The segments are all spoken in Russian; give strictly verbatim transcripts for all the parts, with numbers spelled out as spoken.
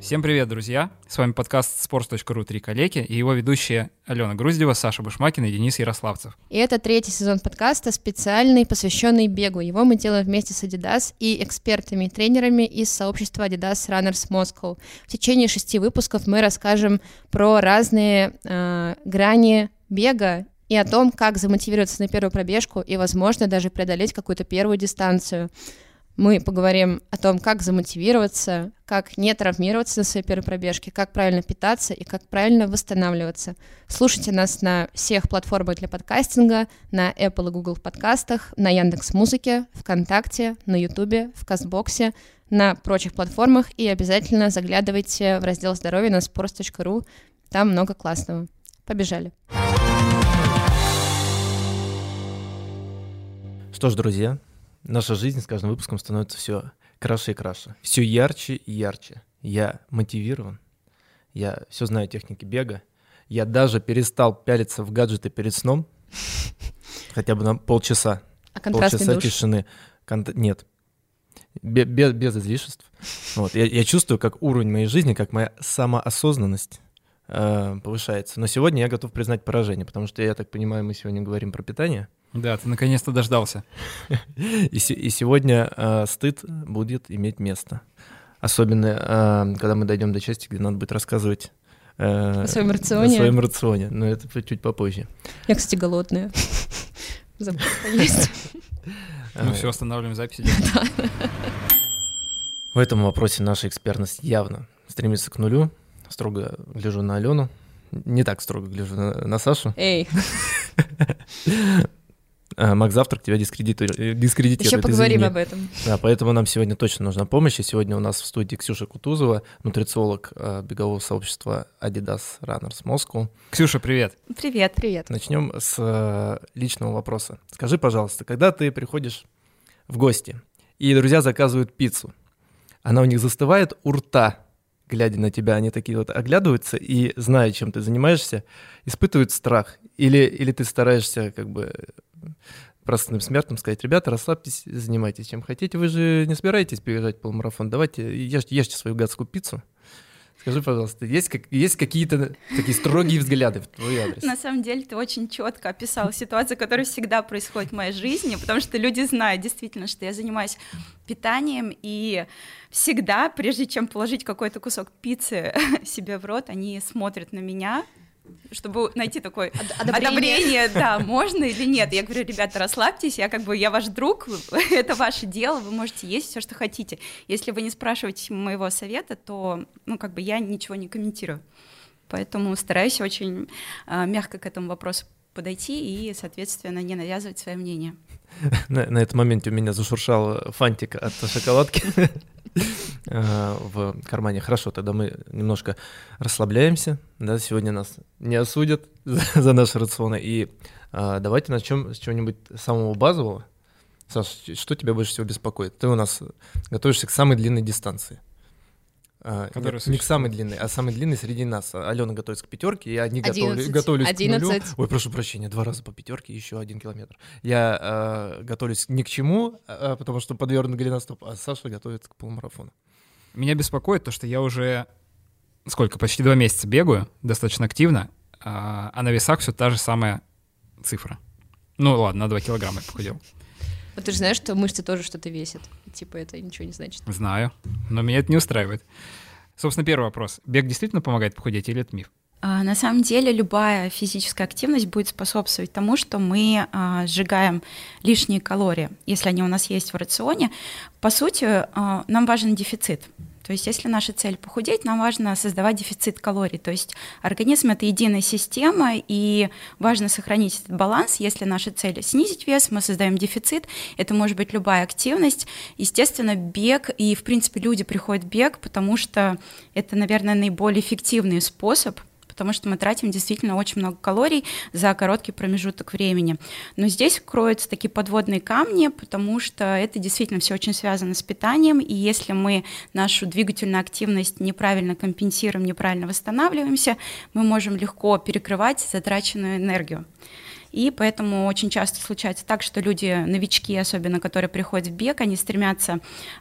Всем привет, друзья! С вами подкаст sports точка ru «Три коллеги» и его ведущие Алена Груздева, Саша Бушмакина и Денис Ярославцев. И это третий сезон подкаста, специальный, посвященный бегу. Его мы делаем вместе с Adidas и экспертами и тренерами из сообщества Adidas Runners Moscow. В течение шести выпусков мы расскажем про разные э, грани бега и о том, как замотивироваться на первую пробежку и, возможно, даже преодолеть какую-то первую дистанцию. Мы поговорим о том, как замотивироваться, как не травмироваться на своей первой пробежке, как правильно питаться и как правильно восстанавливаться. Слушайте нас на всех платформах для подкастинга, на Apple и Google подкастах, на Яндекс.Музыке, ВКонтакте, на Ютубе, в Кастбоксе, на прочих платформах и обязательно заглядывайте в раздел «Здоровье» на sports точка ru, там много классного. Побежали! Что ж, друзья, наша жизнь с каждым выпуском становится все краше и краше, все ярче и ярче. Я мотивирован, я все знаю техники бега, я даже перестал пялиться в гаджеты перед сном, хотя бы на полчаса. А контрастный полчаса душ? Тишины. Кон- нет, без, без, без излишеств. Вот. Я, я чувствую, как уровень моей жизни, как моя самоосознанность э, повышается. Но сегодня я готов признать поражение, потому что, я так понимаю, мы сегодня говорим про питание. Да, ты наконец-то дождался. И, се- и сегодня э, стыд будет иметь место. Особенно, э, когда мы дойдем до части, где надо будет рассказывать э, О своем рационе. о своем рационе. Но это чуть попозже. Я, кстати, голодная. Забыла поесть. Ну все, останавливаем запись. В этом вопросе наша экспертность явно стремится к нулю. Строго гляжу на Алену. Не так строго гляжу на, на Сашу. Эй, А, Мак Завтрак тебя дискредитирует. дискредитирует еще поговорим извини. об этом. Да, поэтому нам сегодня точно нужна помощь. И сегодня у нас в студии Ксюша Кутузова, нутрициолог э, бегового сообщества Adidas Runners Moscow. Ксюша, привет. Привет. Привет. Начнем с э, личного вопроса. Скажи, пожалуйста, когда ты приходишь в гости, и друзья заказывают пиццу, она у них застывает у рта, глядя на тебя, они такие вот оглядываются и, зная, чем ты занимаешься, испытывают страх? Или, или ты стараешься как бы простым смертным сказать: ребята, расслабьтесь, занимайтесь чем хотите, вы же не собираетесь бежать полумарафон, давайте ешьте, ешьте свою гадскую пиццу. Скажи, пожалуйста, есть, как, есть какие-то такие строгие взгляды в твой адрес? На самом деле ты очень четко описал ситуацию, которая всегда происходит в моей жизни, потому что люди знают действительно, что я занимаюсь питанием, и всегда, прежде чем положить какой-то кусок пиццы себе в рот, они смотрят на меня, чтобы найти такое Одобрение. одобрение, да, можно или нет. Я говорю: ребята, расслабьтесь, я как бы, я ваш друг, это ваше дело, вы можете есть все, что хотите. Если вы не спрашиваете моего совета, то, ну, как бы я ничего не комментирую. Поэтому стараюсь очень а, мягко к этому вопросу подойти и, соответственно, не навязывать свое мнение. На, на этом моменте у меня зашуршал фантик от шоколадки в кармане. Хорошо, тогда мы немножко расслабляемся. Да, сегодня нас не осудят за наши рационы. И а, давайте начнем с чего-нибудь самого базового. Саш, что тебя больше всего беспокоит? Ты у нас готовишься к самой длинной дистанции. А, не, не к самой длинной, а самой длинной среди нас. Алена готовится к пятерке, я не готовлю, готовлюсь одиннадцать. к нулю. Ой, прошу прощения, два раза по пятерке, еще один километр. Я а, готовлюсь ни к чему, а, потому что подвернут голеностоп, а Саша готовится к полумарафону. Меня беспокоит то, что я уже сколько, почти два месяца бегаю, достаточно активно, а, а на весах все та же самая цифра. Ну ладно, на два килограмма я похудел. Вот ты же знаешь, что мышцы тоже что-то весят. Типа это ничего не значит. Знаю, но меня это не устраивает. Собственно, первый вопрос. Бег действительно помогает похудеть или это миф? А, на самом деле любая физическая активность будет способствовать тому, что мы а, сжигаем лишние калории, если они у нас есть в рационе. По сути, а, нам важен дефицит. То есть если наша цель похудеть, нам важно создавать дефицит калорий. То есть организм — это единая система, и важно сохранить этот баланс. Если наша цель — снизить вес, мы создаем дефицит. Это может быть любая активность. Естественно, бег, и в принципе люди приходят в бег, потому что это, наверное, наиболее эффективный способ, потому что мы тратим действительно очень много калорий за короткий промежуток времени. Но здесь кроются такие подводные камни, потому что это действительно все очень связано с питанием, и если мы нашу двигательную активность неправильно компенсируем, неправильно восстанавливаемся, мы можем легко перекрывать затраченную энергию. И поэтому очень часто случается так, что люди, новички, особенно которые приходят в бег, они стремятся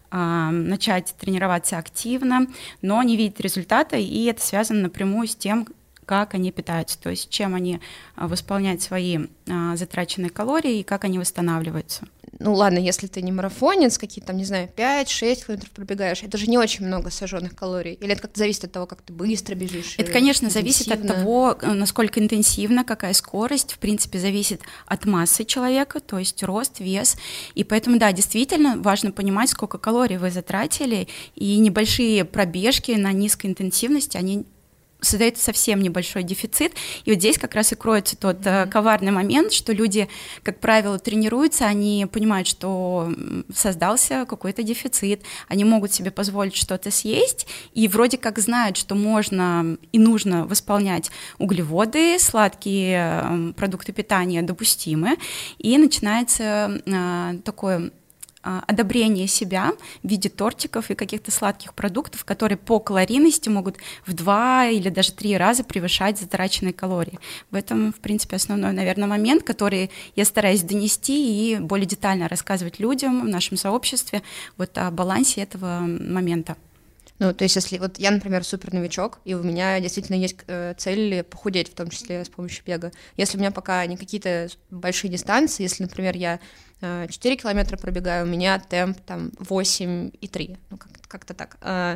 э, начать тренироваться активно, но не видят результата, и это связано напрямую с тем, как они питаются, то есть чем они восполняют свои а, затраченные калории и как они восстанавливаются. Ну ладно, если ты не марафонец, какие-то там, не знаю, пять-шесть километров пробегаешь, это же не очень много сожженных калорий. Или это как-то зависит от того, как ты быстро бежишь? Это, конечно, зависит от того, насколько интенсивно, какая скорость, в принципе, зависит от массы человека, то есть рост, вес. И поэтому, да, действительно важно понимать, сколько калорий вы затратили, и небольшие пробежки на низкой интенсивности, они создает совсем небольшой дефицит, и вот здесь как раз и кроется тот mm-hmm. коварный момент, что люди, как правило, тренируются, они понимают, что создался какой-то дефицит, они могут себе позволить что-то съесть, и вроде как знают, что можно и нужно восполнять углеводы, сладкие продукты питания допустимы, и начинается э, такое одобрение себя в виде тортиков и каких-то сладких продуктов, которые по калорийности могут в два или даже три раза превышать затраченные калории. В этом, в принципе, основной, наверное, момент, который я стараюсь донести и более детально рассказывать людям в нашем сообществе вот о балансе этого момента. Ну, то есть, если вот я, например, супер новичок, и у меня действительно есть э, цель похудеть, в том числе с помощью бега. Если у меня пока не какие-то большие дистанции, если, например, я э, четыре километра пробегаю, у меня темп там восемь и три, ну, как- как-то так. Э,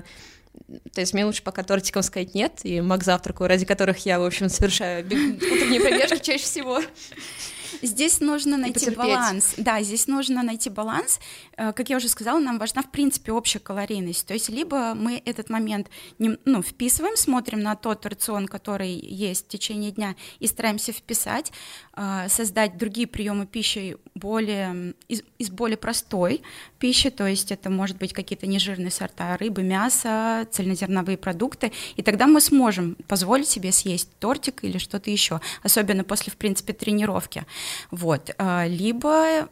то есть мне лучше пока тортиком сказать нет, и мак завтраку, ради которых я, в общем, совершаю бег- утренние пробежки чаще всего. Здесь нужно найти потерпеть. баланс. Да, здесь нужно найти баланс. Как я уже сказала, нам важна, в принципе, общая калорийность. То есть либо мы этот момент не, ну, вписываем, смотрим на тот рацион, который есть в течение дня, и стараемся вписать, создать другие приемы пищи более, из, из более простой пищи, то есть это может быть какие-то нежирные сорта рыбы, мяса, цельнозерновые продукты, и тогда мы сможем позволить себе съесть тортик или что-то еще, особенно после, в принципе, тренировки. Вот. Либо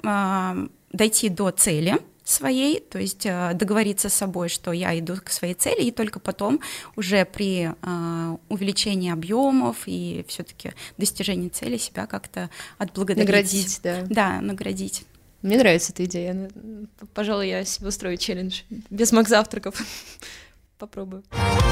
дойти до цели своей, то есть договориться с собой, что я иду к своей цели, и только потом уже при увеличении объемов и все-таки достижении цели себя как-то отблагодарить. Наградить, да. Да, наградить. Мне нравится эта идея. Пожалуй, я себе устрою челлендж без мак завтраков. Попробую.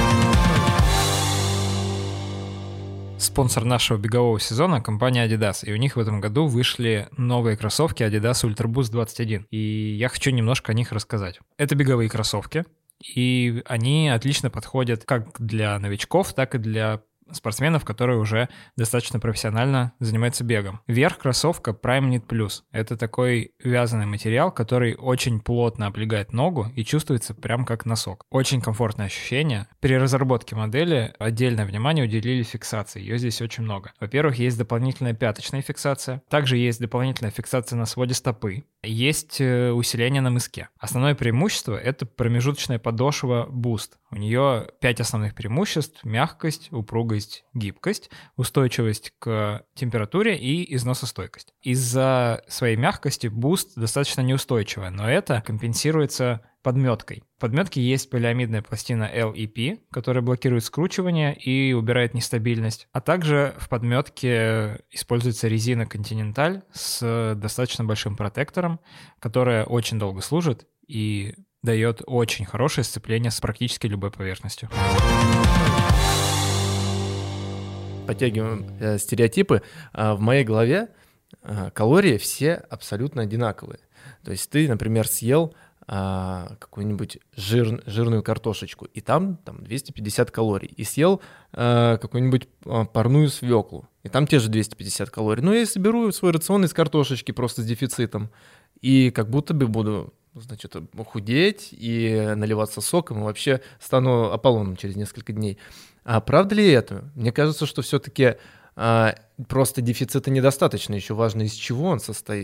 Спонсор нашего бегового сезона — компания Adidas, и у них в этом году вышли новые кроссовки Adidas Ultra Boost двадцать один, и я хочу немножко о них рассказать. Это беговые кроссовки, и они отлично подходят как для новичков, так и для спортсменов, которые уже достаточно профессионально занимаются бегом. Верх кроссовка Prime Knit Plus. Это такой вязаный материал, который очень плотно облегает ногу и чувствуется прям как носок. Очень комфортное ощущение. При разработке модели отдельное внимание уделили фиксации. Ее здесь очень много. Во-первых, есть дополнительная пяточная фиксация. Также есть дополнительная фиксация на своде стопы. Есть усиление на мыске. Основное преимущество — это промежуточная подошва Boost. У нее пять основных преимуществ: мягкость, упругость, гибкость, устойчивость к температуре и износостойкость. Из-за своей мягкости Boost достаточно неустойчивая, но это компенсируется подметкой. В подметке есть полиамидная пластина эл и пи, которая блокирует скручивание и убирает нестабильность. А также в подметке используется резина Continental с достаточно большим протектором, которая очень долго служит и дает очень хорошее сцепление с практически любой поверхностью. Подтягиваем э, стереотипы. А в моей голове э, калории все абсолютно одинаковые. То есть ты, например, съел э, какую-нибудь жир, жирную картошечку, и там, там двести пятьдесят калорий. И съел э, какую-нибудь э, парную свеклу, и там те же двести пятьдесят калорий. Ну, я соберу свой рацион из картошечки просто с дефицитом, и как будто бы буду, значит, худеть и наливаться соком, и вообще стану Аполлоном через несколько дней. А правда ли это? Мне кажется, что все-таки а, просто дефицита недостаточно. Еще важно, из чего он состоит.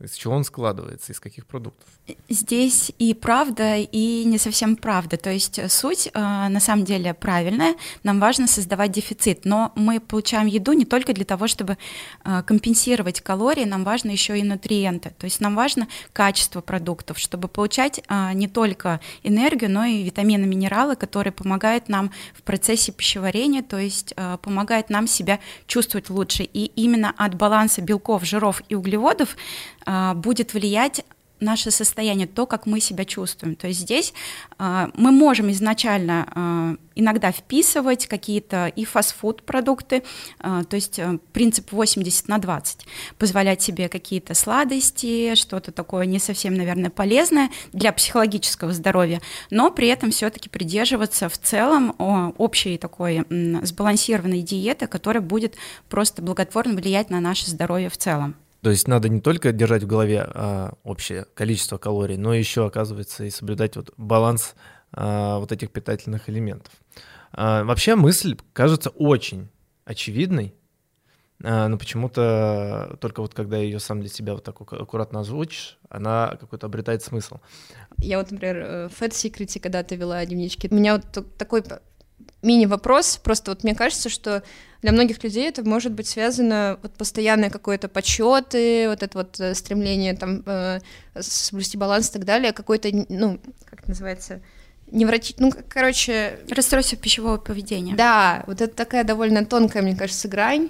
Из чего он складывается, из каких продуктов? Здесь и правда, и не совсем правда. То есть суть на самом деле правильная. Нам важно создавать дефицит, но мы получаем еду не только для того, чтобы компенсировать калории, нам важно еще и нутриенты. То есть нам важно качество продуктов, чтобы получать не только энергию, но и витамины, минералы, которые помогают нам в процессе пищеварения, то есть помогают нам себя чувствовать лучше. И именно от баланса белков, жиров и углеводов будет влиять наше состояние, то, как мы себя чувствуем. То есть здесь э, мы можем изначально э, иногда вписывать какие-то и фастфуд-продукты, э, то есть э, принцип восемьдесят на двадцать, позволять себе какие-то сладости, что-то такое не совсем, наверное, полезное для психологического здоровья, но при этом все-таки придерживаться в целом о, общей такой м, сбалансированной диеты, которая будет просто благотворно влиять на наше здоровье в целом. То есть надо не только держать в голове а, общее количество калорий, но еще, оказывается, и соблюдать вот баланс а, вот этих питательных элементов. А, вообще мысль кажется очень очевидной, а, но почему-то только вот когда ее сам для себя вот так аккуратно озвучишь, она какой-то обретает смысл. Я вот, например, в Fat Secret когда-то вела дневнички. У меня вот такой мини-вопрос, просто вот мне кажется, что для многих людей это может быть связано вот постоянное какое-то подсчеты, вот это вот стремление там э, соблюсти баланс и так далее, какой-то, ну, как это называется, невроти... ну, короче... Расстройство пищевого поведения. Да, вот это такая довольно тонкая, мне кажется, грань.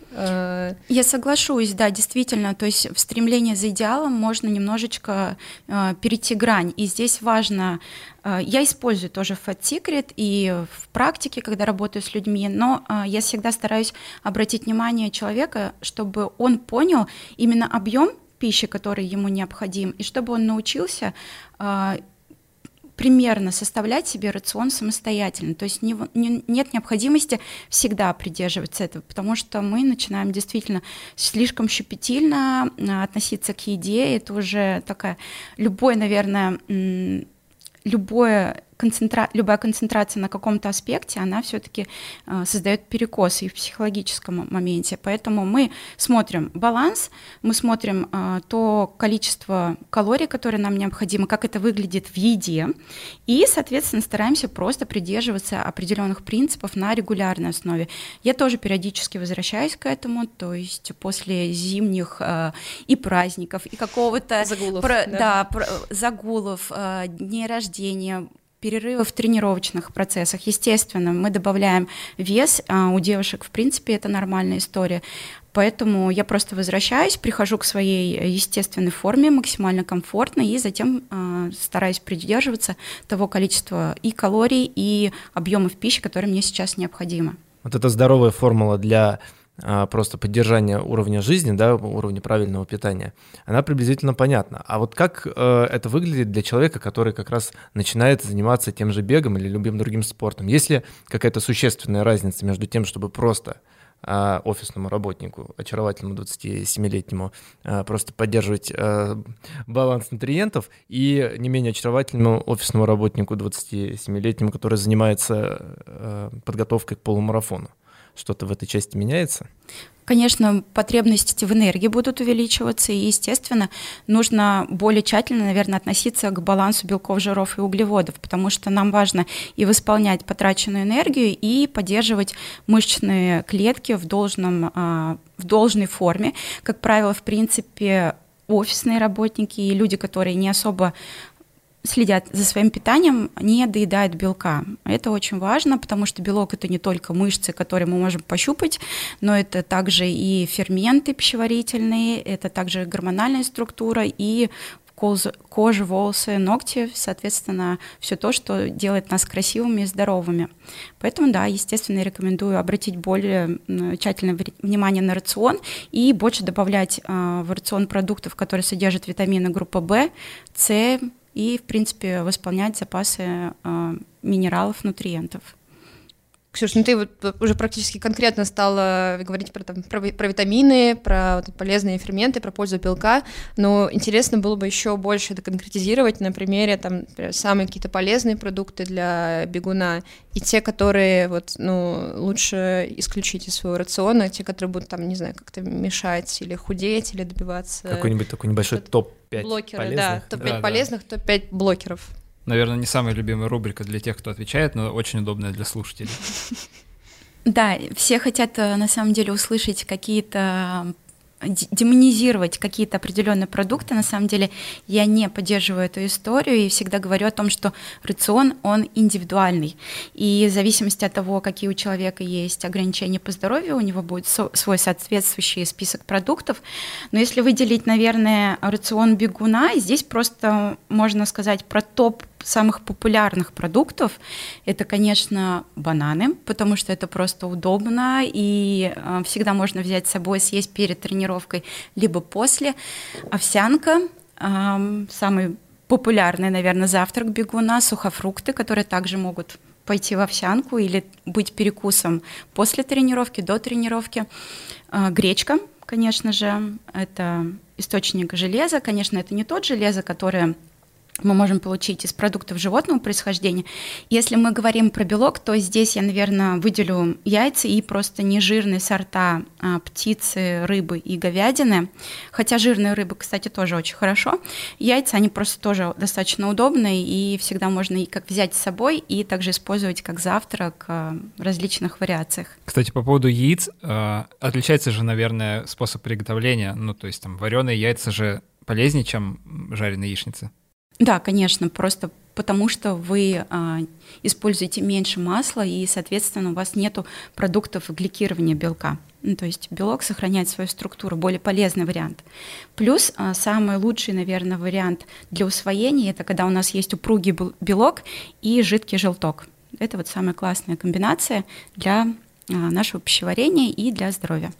Я соглашусь, да, действительно, то есть в стремлении за идеалом можно немножечко э, перейти грань, и здесь важно, э, я использую тоже Fat Secret и в практике, когда работаю с людьми, но э, я всегда стараюсь обратить внимание человека, чтобы он понял именно объем пищи, который ему необходим, и чтобы он научился э, примерно составлять себе рацион самостоятельно. То есть не, не, нет необходимости всегда придерживаться этого, потому что мы начинаем действительно слишком щепетильно относиться к еде. Это уже такая, любой, наверное, любое концентра... любая концентрация на каком-то аспекте, она все-таки э, создает перекосы и в психологическом моменте. Поэтому мы смотрим баланс, мы смотрим э, то количество калорий, которые нам необходимо, как это выглядит в еде, и, соответственно, стараемся просто придерживаться определенных принципов на регулярной основе. Я тоже периодически возвращаюсь к этому, то есть после зимних э, и праздников, и какого-то... Загулов. Про... Да, да про... загулов, э, дней рождения, перерывы в тренировочных процессах. Естественно, мы добавляем вес, а у девушек, в принципе, это нормальная история. Поэтому я просто возвращаюсь, прихожу к своей естественной форме, максимально комфортно, и затем э, стараюсь придерживаться того количества и калорий, и объемов пищи, которые мне сейчас необходимы. Вот это здоровая формула для а, просто поддержания уровня жизни, да, уровня правильного питания, она приблизительно понятна. А вот как э, это выглядит для человека, который как раз начинает заниматься тем же бегом или любым другим спортом? Есть ли какая-то существенная разница между тем, чтобы просто э, офисному работнику, очаровательному двадцатисемилетнему, э, просто поддерживать э, баланс нутриентов, и не менее очаровательному офисному работнику двадцатисемилетнему, который занимается э, подготовкой к полумарафону? Что-то в этой части меняется? Конечно, потребности в энергии будут увеличиваться, и, естественно, нужно более тщательно, наверное, относиться к балансу белков, жиров и углеводов, потому что нам важно и восполнять потраченную энергию, и поддерживать мышечные клетки в должном, в должной форме. Как правило, в принципе, офисные работники и люди, которые не особо следят за своим питанием, не доедают белка. Это очень важно, потому что белок — это не только мышцы, которые мы можем пощупать, но это также и ферменты пищеварительные, это также гормональная структура и кожа, волосы, ногти, соответственно, все то, что делает нас красивыми и здоровыми. Поэтому, да, естественно, я рекомендую обратить более тщательное внимание на рацион и больше добавлять в рацион продуктов, которые содержат витамины группы В, С, и, в принципе, восполнять запасы э, минералов, нутриентов. Ксюш, ну ты вот уже практически конкретно стала говорить про, там, про, про витамины, про вот, полезные ферменты, про пользу белка, но интересно было бы еще больше это конкретизировать на примере там самые какие-то полезные продукты для бегуна и те, которые вот, ну, лучше исключить из своего рациона, те, которые будут там, не знаю, как-то мешать или худеть, или добиваться... Какой-нибудь такой небольшой топ пять блокеры, полезных. да, топ пять да, полезных, да. топ пять блокеров. Наверное, не самая любимая рубрика для тех, кто отвечает, но очень удобная для слушателей. Да, все хотят на самом деле услышать какие-то демонизировать какие-то определенные продукты. На самом деле я не поддерживаю эту историю и всегда говорю о том, что рацион, он индивидуальный. И в зависимости от того, какие у человека есть ограничения по здоровью, у него будет со- свой соответствующий список продуктов. Но если выделить, наверное, рацион бегуна, здесь просто можно сказать про топ самых популярных продуктов. Это, конечно, бананы, потому что это просто удобно, и э, всегда можно взять с собой, съесть перед тренировкой, либо после. Овсянка, э, самый популярный, наверное, завтрак бегуна, сухофрукты, которые также могут пойти в овсянку или быть перекусом после тренировки, до тренировки. Э, гречка, конечно же, это источник железа. Конечно, это не тот железо, которое мы можем получить из продуктов животного происхождения. Если мы говорим про белок, то здесь я, наверное, выделю яйца и просто нежирные сорта а, птицы, рыбы и говядины. Хотя жирные рыбы, кстати, тоже очень хорошо. Яйца, они просто тоже достаточно удобные, и всегда можно и как взять с собой, и также использовать как завтрак а, в различных вариациях. Кстати, по поводу яиц, э, отличается же, наверное, способ приготовления. Ну, то есть там вареные яйца же полезнее, чем жареные яичницы. Да, конечно, просто потому что вы а, используете меньше масла, и, соответственно, у вас нету продуктов гликирования белка. Ну, то есть белок сохраняет свою структуру, более полезный вариант. Плюс а, самый лучший, наверное, вариант для усвоения — это когда у нас есть упругий белок и жидкий желток. Это вот самая классная комбинация для а, нашего пищеварения и для здоровья.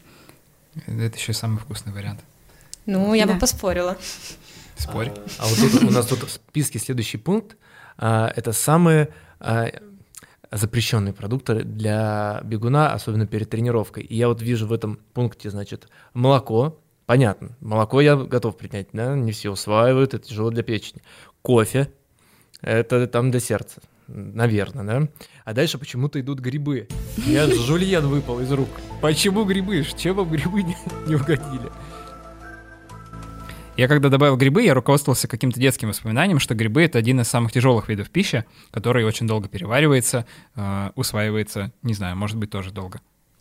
Это еще самый вкусный вариант. Ну, я Да. бы поспорила. Спорь. А, а вот тут у нас тут в списке следующий пункт. А, это самые а, запрещенные продукты для бегуна, особенно перед тренировкой. И я вот вижу в этом пункте, значит, молоко. Понятно, молоко я готов принять, да? Не все усваивают, это тяжело для печени. Кофе, это там для сердца, наверное, да? А дальше почему-то идут грибы. У меня жульен выпал из рук. Почему грибы? Чем вам грибы не, не угодили? Я когда добавил грибы, я руководствовался каким-то детским воспоминанием, что грибы — это один из самых тяжелых видов пищи, который очень долго переваривается, э, усваивается, не знаю, может быть, тоже долго.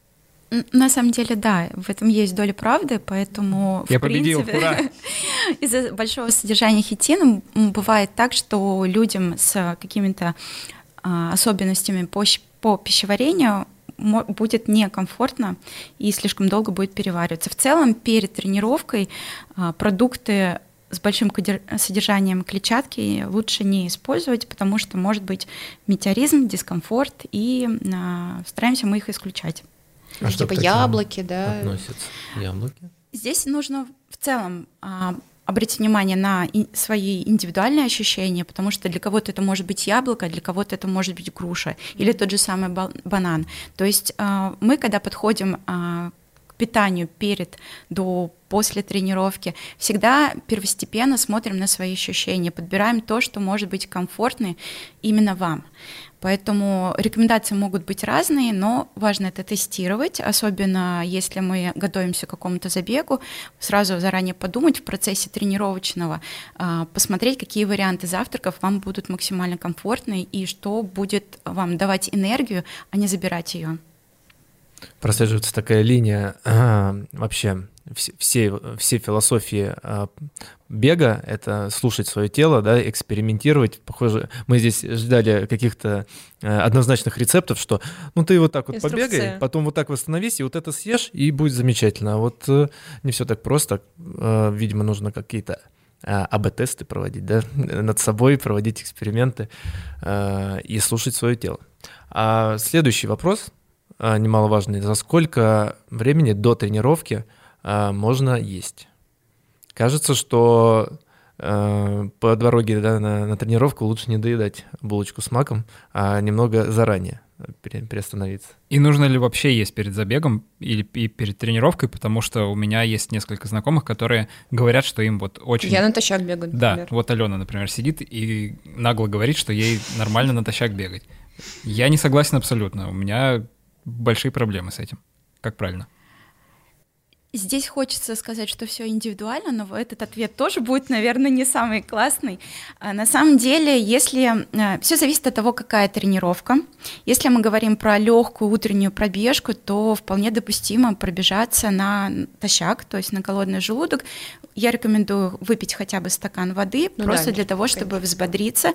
На самом деле, да, в этом есть доля правды, поэтому, Я в победил, принципе, ура! из-за большого содержания хитина бывает так, что людям с какими-то а, особенностями по, по пищеварению будет некомфортно и слишком долго будет перевариваться. В целом, перед тренировкой а, продукты с большим содержанием клетчатки лучше не использовать, потому что может быть метеоризм, дискомфорт, и а, стараемся мы их исключать. А что Типа к таким яблоки, да. относятся? Яблоки? Здесь нужно в целом а, обратить внимание на ин- свои индивидуальные ощущения, потому что для кого-то это может быть яблоко, для кого-то это может быть груша или тот же самый ба- банан. То есть а, мы, когда подходим а, к питанию перед, до, после тренировки, всегда первостепенно смотрим на свои ощущения, подбираем то, что может быть комфортно именно вам. Поэтому рекомендации могут быть разные, но важно это тестировать, особенно если мы готовимся к какому-то забегу, сразу заранее подумать в процессе тренировочного, посмотреть, какие варианты завтраков вам будут максимально комфортны и что будет вам давать энергию, а не забирать ее. Прослеживается такая линия а, вообще все, все, все философии а, бега — это слушать свое тело, да, экспериментировать. Похоже, мы здесь ждали каких-то а, однозначных рецептов, что ну ты вот так вот Инструкция. побегай, потом вот так восстановись, и вот это съешь, и будет замечательно. А вот а, не все так просто. А, видимо, нужно какие-то а бэ-тесты проводить, да, над собой проводить эксперименты а, и слушать свое тело. А следующий вопрос — немаловажный. За сколько времени до тренировки а, можно есть? Кажется, что а, по дороге, да, на, на тренировку лучше не доедать булочку с маком, а немного заранее. приостановиться. И нужно ли вообще есть перед забегом или и перед тренировкой, потому что у меня есть несколько знакомых, которые говорят, что им вот очень... Я натощак бегаю, например. Да, вот Алена, например, сидит и нагло говорит, что ей нормально натощак бегать. Я не согласен абсолютно, у меня большие проблемы с этим. Как правильно? Здесь хочется сказать, что все индивидуально, но этот ответ тоже будет, наверное, не самый классный. На самом деле, если все зависит от того, какая тренировка. Если мы говорим про легкую утреннюю пробежку, то вполне допустимо пробежаться на натощак, то есть на голодный желудок. Я рекомендую выпить хотя бы стакан воды, ну просто да, для того, чтобы конечно. взбодриться.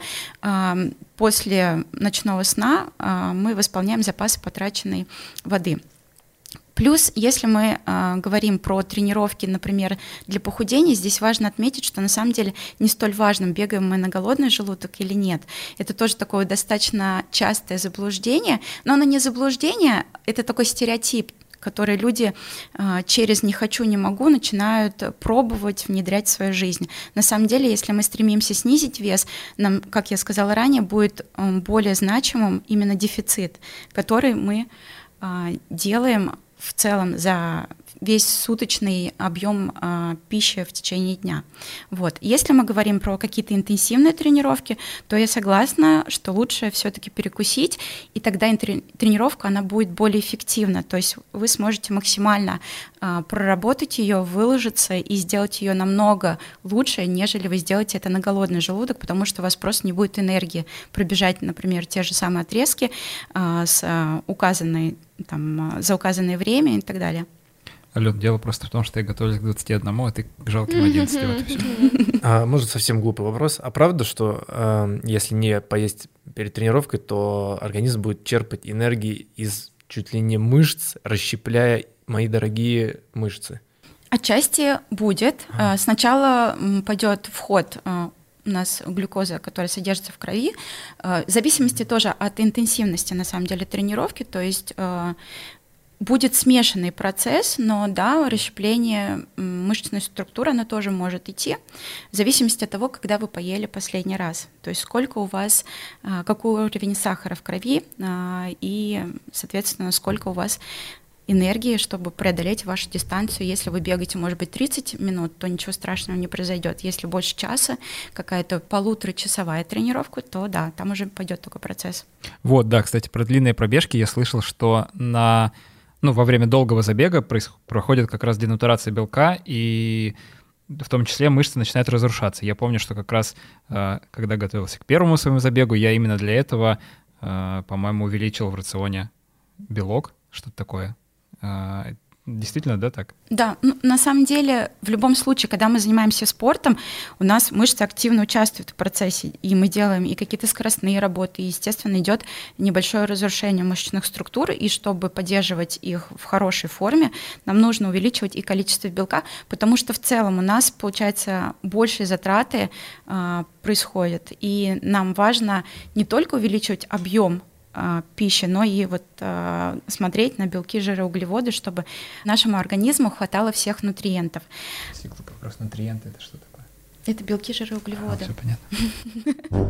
После ночного сна мы восполняем запасы потраченной воды. Плюс, если мы э, говорим про тренировки, например, для похудения, здесь важно отметить, что на самом деле не столь важно, бегаем мы на голодный желудок или нет. Это тоже такое достаточно частое заблуждение, но оно не заблуждение, это такой стереотип, который люди э, через «не хочу, не могу» начинают пробовать внедрять в свою жизнь. На самом деле, если мы стремимся снизить вес, нам, как я сказала ранее, будет э, более значимым именно дефицит, который мы э, делаем в целом за весь суточный объем э, пищи в течение дня. Вот. Если мы говорим про какие-то интенсивные тренировки, то я согласна, что лучше все-таки перекусить, и тогда тренировка она будет более эффективна. То есть вы сможете максимально э, проработать ее, выложиться и сделать ее намного лучше, нежели вы сделаете это на голодный желудок, потому что у вас просто не будет энергии пробежать, например, те же самые отрезки э, с э, указанной, там, за указанное время и так далее. Алён, дело просто в том, что я готовлюсь к двадцати одному, а ты к жалким одиннадцати. Вот и все. А, может, совсем глупый вопрос. А правда, что э, если не поесть перед тренировкой, то организм будет черпать энергии из чуть ли не мышц, расщепляя мои дорогие мышцы? Отчасти будет. А. Сначала пойдет в ход у нас глюкоза, которая содержится в крови, в зависимости тоже от интенсивности, на самом деле, тренировки, то есть будет смешанный процесс, но да, расщепление мышечной структуры, она тоже может идти, в зависимости от того, когда вы поели последний раз, то есть сколько у вас, какой уровень сахара в крови и, соответственно, сколько у вас энергии, чтобы преодолеть вашу дистанцию. Если вы бегаете, может быть, тридцать минут, то ничего страшного не произойдет. Если больше часа, какая-то полуторачасовая тренировка, то да, там уже пойдет такой процесс. Вот, да, кстати, про длинные пробежки я слышал, что на, ну, во время долгого забега происходит, проходит как раз денатурация белка, и в том числе мышцы начинают разрушаться. Я помню, что как раз, когда готовился к первому своему забегу, я именно для этого, по-моему, увеличил в рационе белок, что-то такое. Действительно, да, так? Да, ну, на самом деле, в любом случае, когда мы занимаемся спортом, у нас мышцы активно участвуют в процессе, и мы делаем и какие-то скоростные работы, и, естественно, идет небольшое разрушение мышечных структур, и чтобы поддерживать их в хорошей форме, нам нужно увеличивать и количество белка, потому что в целом у нас, получается, большие затраты э, происходят, и нам важно не только увеличивать объем пищи, но и вот э, смотреть на белки, жиры, углеводы, чтобы нашему организму хватало всех нутриентов. Как раз нутриенты — это что такое? Это белки, жиры, углеводы. А, все понятно.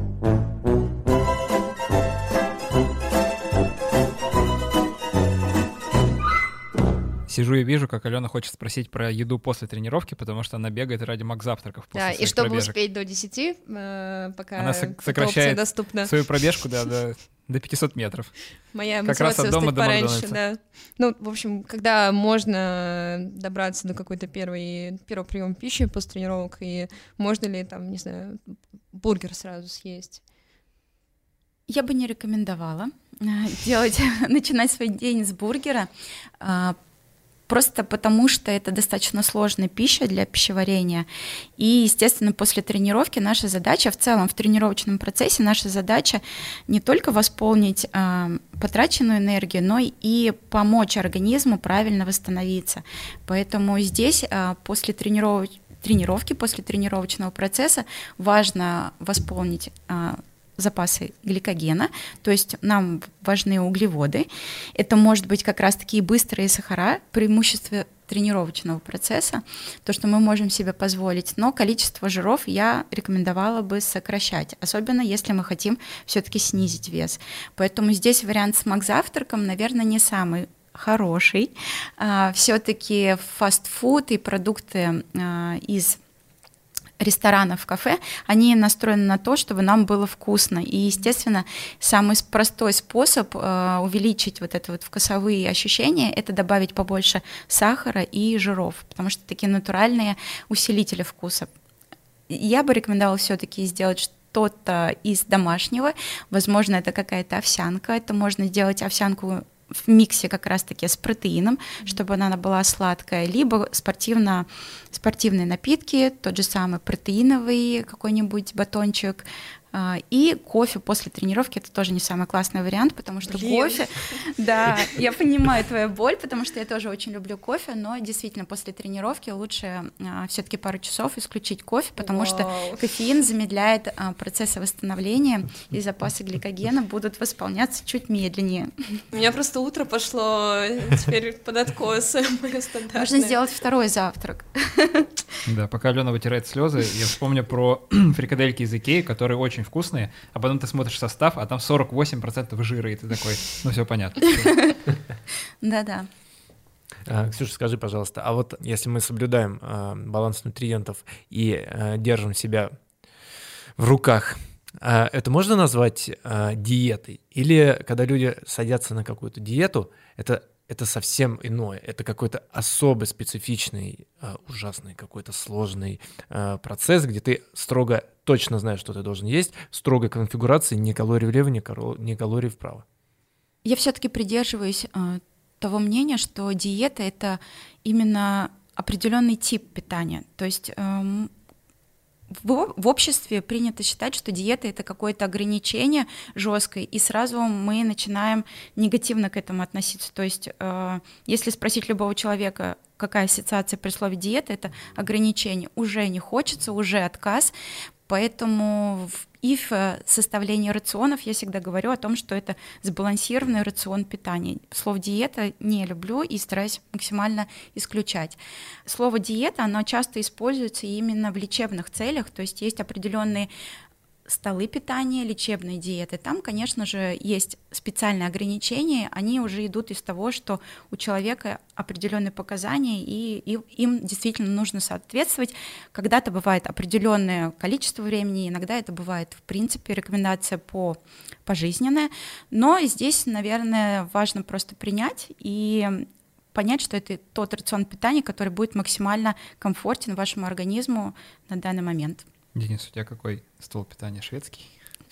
Сижу и вижу, как Алена хочет спросить про еду после тренировки, потому что она бегает ради мак-завтраков после Да, своих и чтобы пробежек. успеть до десяти, э, пока она эта сокращает опция доступна. свою пробежку, да, до, до пятисот метров. Моя как раз мотивация от дома встать до пораньше, Макдональдса. да. Ну, в общем, когда можно добраться до какой-то первой, первого приема пищи после тренировок, и можно ли там, не знаю, бургер сразу съесть? Я бы не рекомендовала делать, начинать свой день с бургера, просто потому что это достаточно сложная пища для пищеварения. И, естественно, после тренировки наша задача, в целом в тренировочном процессе наша задача не только восполнить э, потраченную энергию, но и помочь организму правильно восстановиться. Поэтому здесь э, после трениров... тренировки, после тренировочного процесса важно восполнить э, запасы гликогена, то есть нам важны углеводы. Это может быть как раз-таки быстрые сахара, преимущество, тренировочного процесса, то, что мы можем себе позволить, но количество жиров я рекомендовала бы сокращать, особенно если мы хотим все-таки снизить вес. Поэтому здесь вариант с мак-завтраком, наверное, не самый хороший. Все-таки фастфуд и продукты из ресторанов, кафе, они настроены на то, чтобы нам было вкусно. И, естественно, самый простой способ э, увеличить вот это вот вкусовые ощущения — это добавить побольше сахара и жиров, потому что такие натуральные усилители вкуса. Я бы рекомендовала все-таки сделать что-то из домашнего. Возможно, это какая-то овсянка. Это можно сделать овсянку в миксе как раз-таки с протеином, mm-hmm. чтобы она была сладкая, либо спортивно, спортивные напитки, тот же самый протеиновый какой-нибудь батончик, и кофе после тренировки — это тоже не самый классный вариант, потому что Блин. кофе, да, я понимаю твою боль, потому что я тоже очень люблю кофе, но действительно после тренировки лучше а, все-таки пару часов исключить кофе, потому Вау. что кофеин замедляет а, процессы восстановления, и запасы гликогена будут восполняться чуть медленнее. У меня просто утро пошло теперь под откос, мое стандартное. Можно сделать второй завтрак. Да, пока Алена вытирает слезы, я вспомню про фрикадельки из Икеи, которые очень вкусные, а потом ты смотришь состав, а там сорок восемь процентов жира, и ты такой, ну все понятно. Да-да. Ксюша, скажи, пожалуйста, а вот если мы соблюдаем э, баланс нутриентов и э, держим себя в руках, э, это можно назвать э, диетой? Или когда люди садятся на какую-то диету, это это совсем иное, это какой-то особый, специфичный, э, ужасный, какой-то сложный э, процесс, где ты строго точно знаешь, что ты должен есть, в строгой конфигурации, ни калорий влево, ни, коро- ни калорий вправо. Я все-таки придерживаюсь э, того мнения, что диета — это именно определенный тип питания, то есть э, В, в обществе принято считать, что диета — это какое-то ограничение жесткое, и сразу мы начинаем негативно к этому относиться. То есть, э, если спросить любого человека, какая ассоциация при слове диета, это ограничение. Уже не хочется, уже отказ. Поэтому и в составлении рационов я всегда говорю о том, что это сбалансированный рацион питания. Слово «диета» не люблю и стараюсь максимально исключать. Слово «диета», оно часто используется именно в лечебных целях, то есть есть определенные столы питания, лечебные диеты. Там, конечно же, есть специальные ограничения, они уже идут из того, что у человека определенные показания, и, и им действительно нужно соответствовать. Когда-то бывает определенное количество времени, иногда это бывает, в принципе, рекомендация по пожизненная, но здесь, наверное, важно просто принять и понять, что это тот рацион питания, который будет максимально комфортен вашему организму на данный момент. Денис, у тебя какой стол питания, шведский?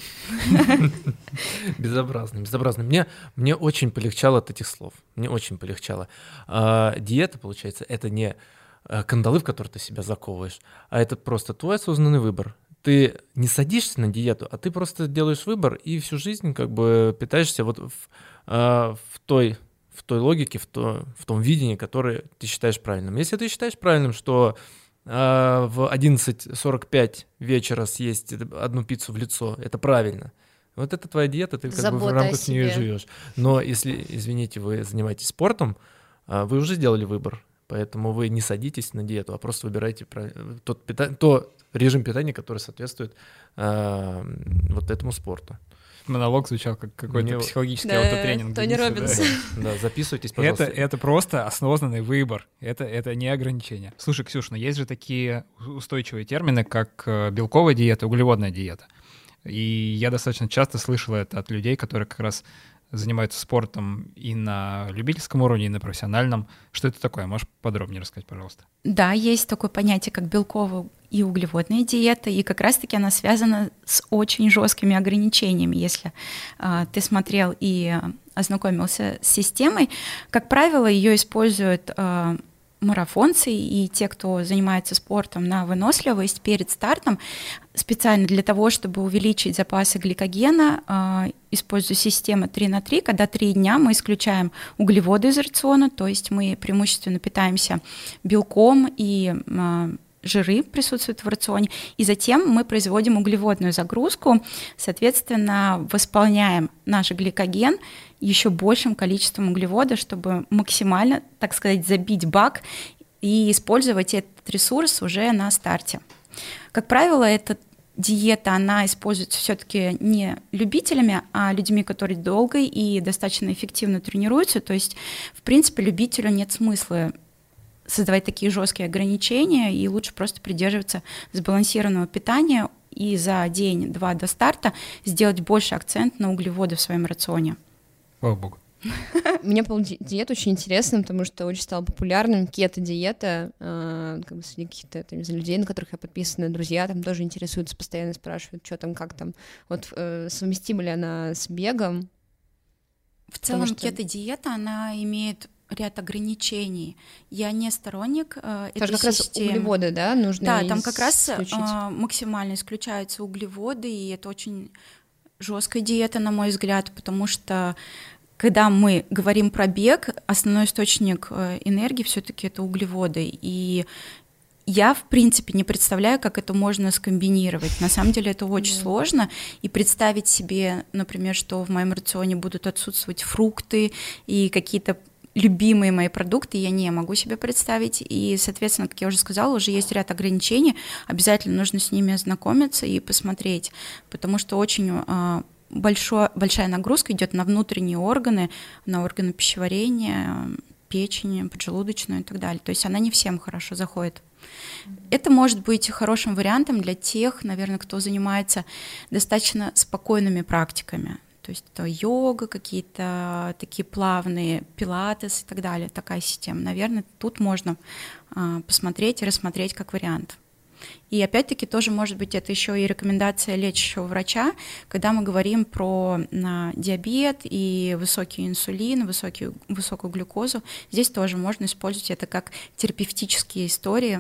Безобразный, безобразный. Мне, мне очень полегчало от этих слов. Мне очень полегчало. А, диета, получается, это не кандалы, в которые ты себя заковываешь, а это просто твой осознанный выбор. Ты не садишься на диету, а ты просто делаешь выбор и всю жизнь как бы питаешься вот в, а, в той, в той логике, в, то, в том видении, которое ты считаешь правильным. Если ты считаешь правильным, что в одиннадцать сорок пять вечера съесть одну пиццу в лицо, это правильно. Вот это твоя диета, ты как Забота бы в рамках нее живешь. Но если, извините, вы занимаетесь спортом, вы уже сделали выбор, поэтому вы не садитесь на диету, а просто выбираете тот, пита... тот режим питания, который соответствует а, вот этому спорту. Монолог звучал как какой-то Мне... психологический да, аутотренинг. Тони Роббинс. Да. да, записывайтесь, пожалуйста. Это, это просто осознанный выбор, это, это не ограничение. Слушай, Ксюш, но есть же такие устойчивые термины, как белковая диета, углеводная диета. И я достаточно часто слышал это от людей, которые как раз занимаются спортом и на любительском уровне, и на профессиональном. Что это такое? Можешь подробнее рассказать, пожалуйста? Да, есть такое понятие, как белковая и углеводная диета, и как раз-таки она связана с очень жесткими ограничениями. Если э, ты смотрел и ознакомился с системой, как правило, ее используют э, марафонцы и те, кто занимается спортом на выносливость перед стартом, специально для того, чтобы увеличить запасы гликогена, э, используя систему три на три, когда три дня мы исключаем углеводы из рациона, то есть мы преимущественно питаемся белком и э, жиры присутствуют в рационе, и затем мы производим углеводную загрузку, соответственно, восполняем наш гликоген еще большим количеством углевода, чтобы максимально, так сказать, забить бак и использовать этот ресурс уже на старте. Как правило, эта диета, она используется все-таки не любителями, а людьми, которые долго и достаточно эффективно тренируются. То есть, в принципе, любителю нет смысла создавать такие жесткие ограничения, и лучше просто придерживаться сбалансированного питания и за день-два до старта сделать больше акцент на углеводы в своем рационе. Слава богу. Мне был диета очень интересным, потому что очень стала популярным кето-диета, э, как бы среди каких-то там, людей, на которых я подписана, друзья там тоже интересуются, постоянно спрашивают, что там, как там, вот э, совместима ли она с бегом. В целом что... кето-диета, она имеет ряд ограничений. Я не сторонник э, этой как раз системы. Углеводы, да, нужно Да, там как раз э, исключить. максимально исключаются углеводы, и это очень жесткая диета, на мой взгляд, потому что когда мы говорим про бег, основной источник энергии все-таки это углеводы. И я, в принципе, не представляю, как это можно скомбинировать. На самом деле это очень yeah. сложно. И представить себе, например, что в моем рационе будут отсутствовать фрукты и какие-то любимые мои продукты, я не могу себе представить. И, соответственно, как я уже сказала, уже есть ряд ограничений. Обязательно нужно с ними ознакомиться и посмотреть, потому что очень большое, большая нагрузка идет на внутренние органы, на органы пищеварения, печень, поджелудочную и так далее. То есть она не всем хорошо заходит. Это может быть хорошим вариантом для тех, наверное, кто занимается достаточно спокойными практиками. То есть это йога, какие-то такие плавные, пилатес и так далее, такая система. Наверное, тут можно а, посмотреть и рассмотреть как вариант. И опять-таки тоже может быть это еще и рекомендация лечащего врача, когда мы говорим про на, диабет и высокий инсулин, высокий, высокую глюкозу. Здесь тоже можно использовать это как терапевтические истории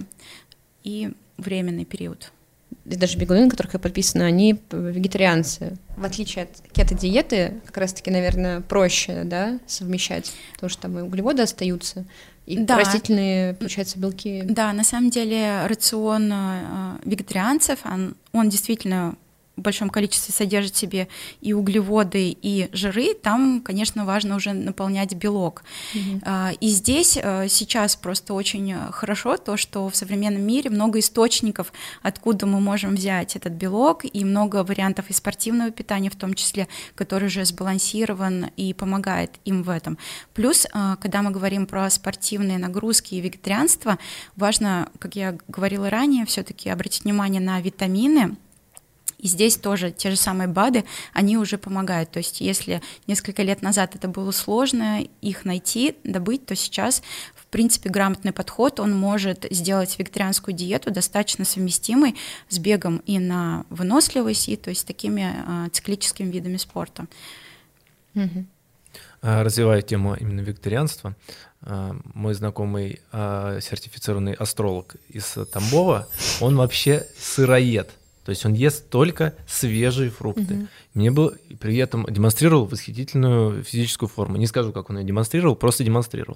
и временный период. И даже бегуны, на которых я подписана, они вегетарианцы. В отличие от кето-диеты, как раз-таки, наверное, проще, да, совмещать, потому что там и углеводы остаются, и да. растительные, получается, белки. Да, на самом деле рацион э, вегетарианцев, он, он действительно в большом количестве содержит в себе и углеводы, и жиры, там, конечно, важно уже наполнять белок. Mm-hmm. И здесь сейчас просто очень хорошо то, что в современном мире много источников, откуда мы можем взять этот белок, и много вариантов и спортивного питания в том числе, который уже сбалансирован и помогает им в этом. Плюс, когда мы говорим про спортивные нагрузки и вегетарианство, важно, как я говорила ранее, все-таки обратить внимание на витамины. И здесь тоже те же самые БАДы, они уже помогают. То есть если несколько лет назад это было сложно их найти, добыть, то сейчас, в принципе, грамотный подход, он может сделать вегетарианскую диету достаточно совместимой с бегом и на выносливость, и то есть такими а, циклическими видами спорта. Mm-hmm. Развивая тему именно вегетарианства, мой знакомый сертифицированный астролог из Тамбова, он вообще сыроед. То есть он ест только свежие фрукты. Uh-huh. Мне был при этом демонстрировал восхитительную физическую форму. Не скажу, как он ее демонстрировал, просто демонстрировал.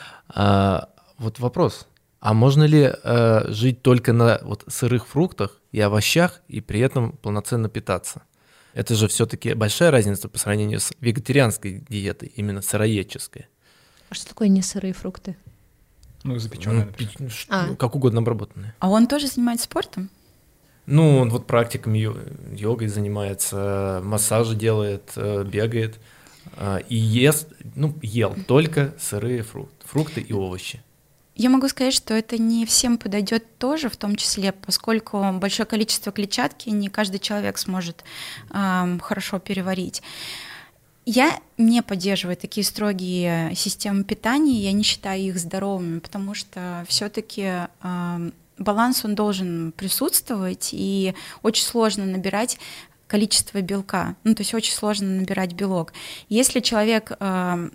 А, вот вопрос: а можно ли а, жить только на вот, сырых фруктах и овощах и при этом полноценно питаться? Это же все-таки большая разница по сравнению с вегетарианской диетой, именно сыроедческой. А что такое не сырые фрукты? Ну, запеченные. Ну, а. Как угодно обработанные. А он тоже занимается спортом? Ну, он вот практиками йогой занимается, массажи делает, бегает и ест, ну, ел только сырые фрукты, фрукты и овощи. Я могу сказать, что это не всем подойдет тоже, в том числе, поскольку большое количество клетчатки не каждый человек сможет э, хорошо переварить. Я не поддерживаю такие строгие системы питания, я не считаю их здоровыми, потому что все-таки э, баланс он должен присутствовать, и очень сложно набирать количество белка, ну, то есть очень сложно набирать белок. Если человек э,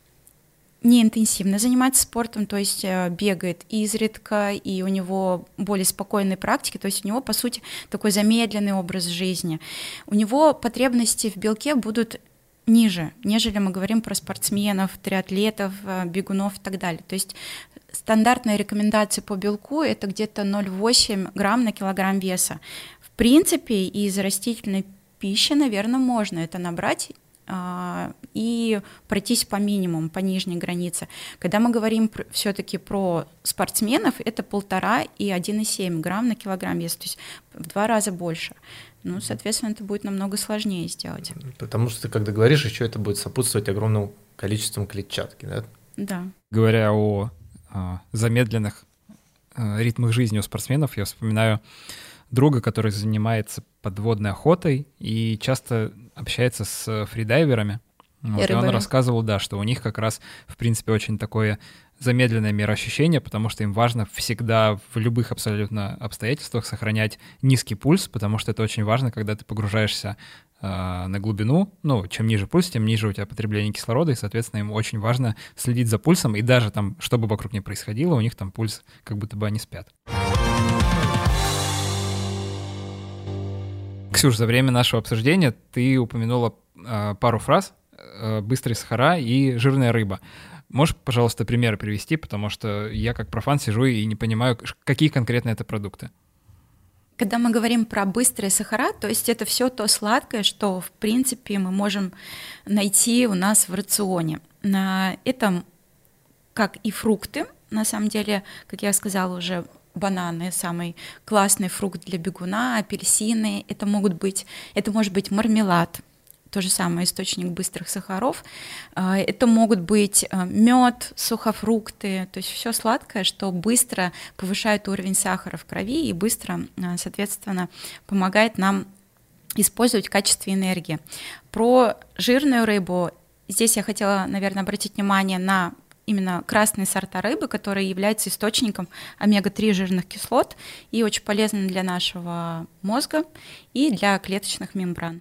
не интенсивно занимается спортом, то есть э, бегает изредка, и у него более спокойные практики, то есть у него, по сути, такой замедленный образ жизни, у него потребности в белке будут ниже, нежели мы говорим про спортсменов, триатлетов, бегунов и так далее. То есть стандартная рекомендация по белку – это где-то ноль целых восемь грамм на килограмм веса. В принципе, из растительной пищи, наверное, можно это набрать и пройтись по минимуму, по нижней границе. Когда мы говорим все-таки про спортсменов, это полтора и один целых семь грамм на килограмм веса, то есть в два раза больше. Ну, соответственно, это будет намного сложнее сделать. Потому что ты, когда говоришь, еще это будет сопутствовать огромному количеству клетчатки, да? Да. Говоря о а, замедленных а, ритмах жизни у спортсменов, я вспоминаю друга, который занимается подводной охотой и часто общается с фридайверами. Вот, и он рассказывал, да, что у них как раз, в принципе, очень такое замедленное мироощущение, потому что им важно всегда в любых абсолютно обстоятельствах сохранять низкий пульс, потому что это очень важно, когда ты погружаешься э, на глубину. Ну, чем ниже пульс, тем ниже у тебя потребление кислорода, и, соответственно, им очень важно следить за пульсом, и даже там, что бы вокруг ни происходило, у них там пульс, как будто бы они спят. Ксюш, за время нашего обсуждения ты упомянула э, пару фраз: э, быстрые сахара и жирная рыба. Можешь, пожалуйста, примеры привести, потому что я как профан сижу и не понимаю, какие конкретно это продукты. Когда мы говорим про быстрые сахара, то есть это все то сладкое, что, в принципе, мы можем найти у нас в рационе. Это как и фрукты, на самом деле, как я сказала уже, бананы — самый классный фрукт для бегуна, апельсины, это могут быть, это может быть мармелад, то же самое источник быстрых сахаров. Это могут быть мед, сухофрукты, то есть все сладкое, что быстро повышает уровень сахара в крови и быстро, соответственно, помогает нам использовать в качестве энергии. Про жирную рыбу здесь я хотела, наверное, обратить внимание на именно красные сорта рыбы, которые являются источником омега три жирных кислот и очень полезны для нашего мозга и для клеточных мембран.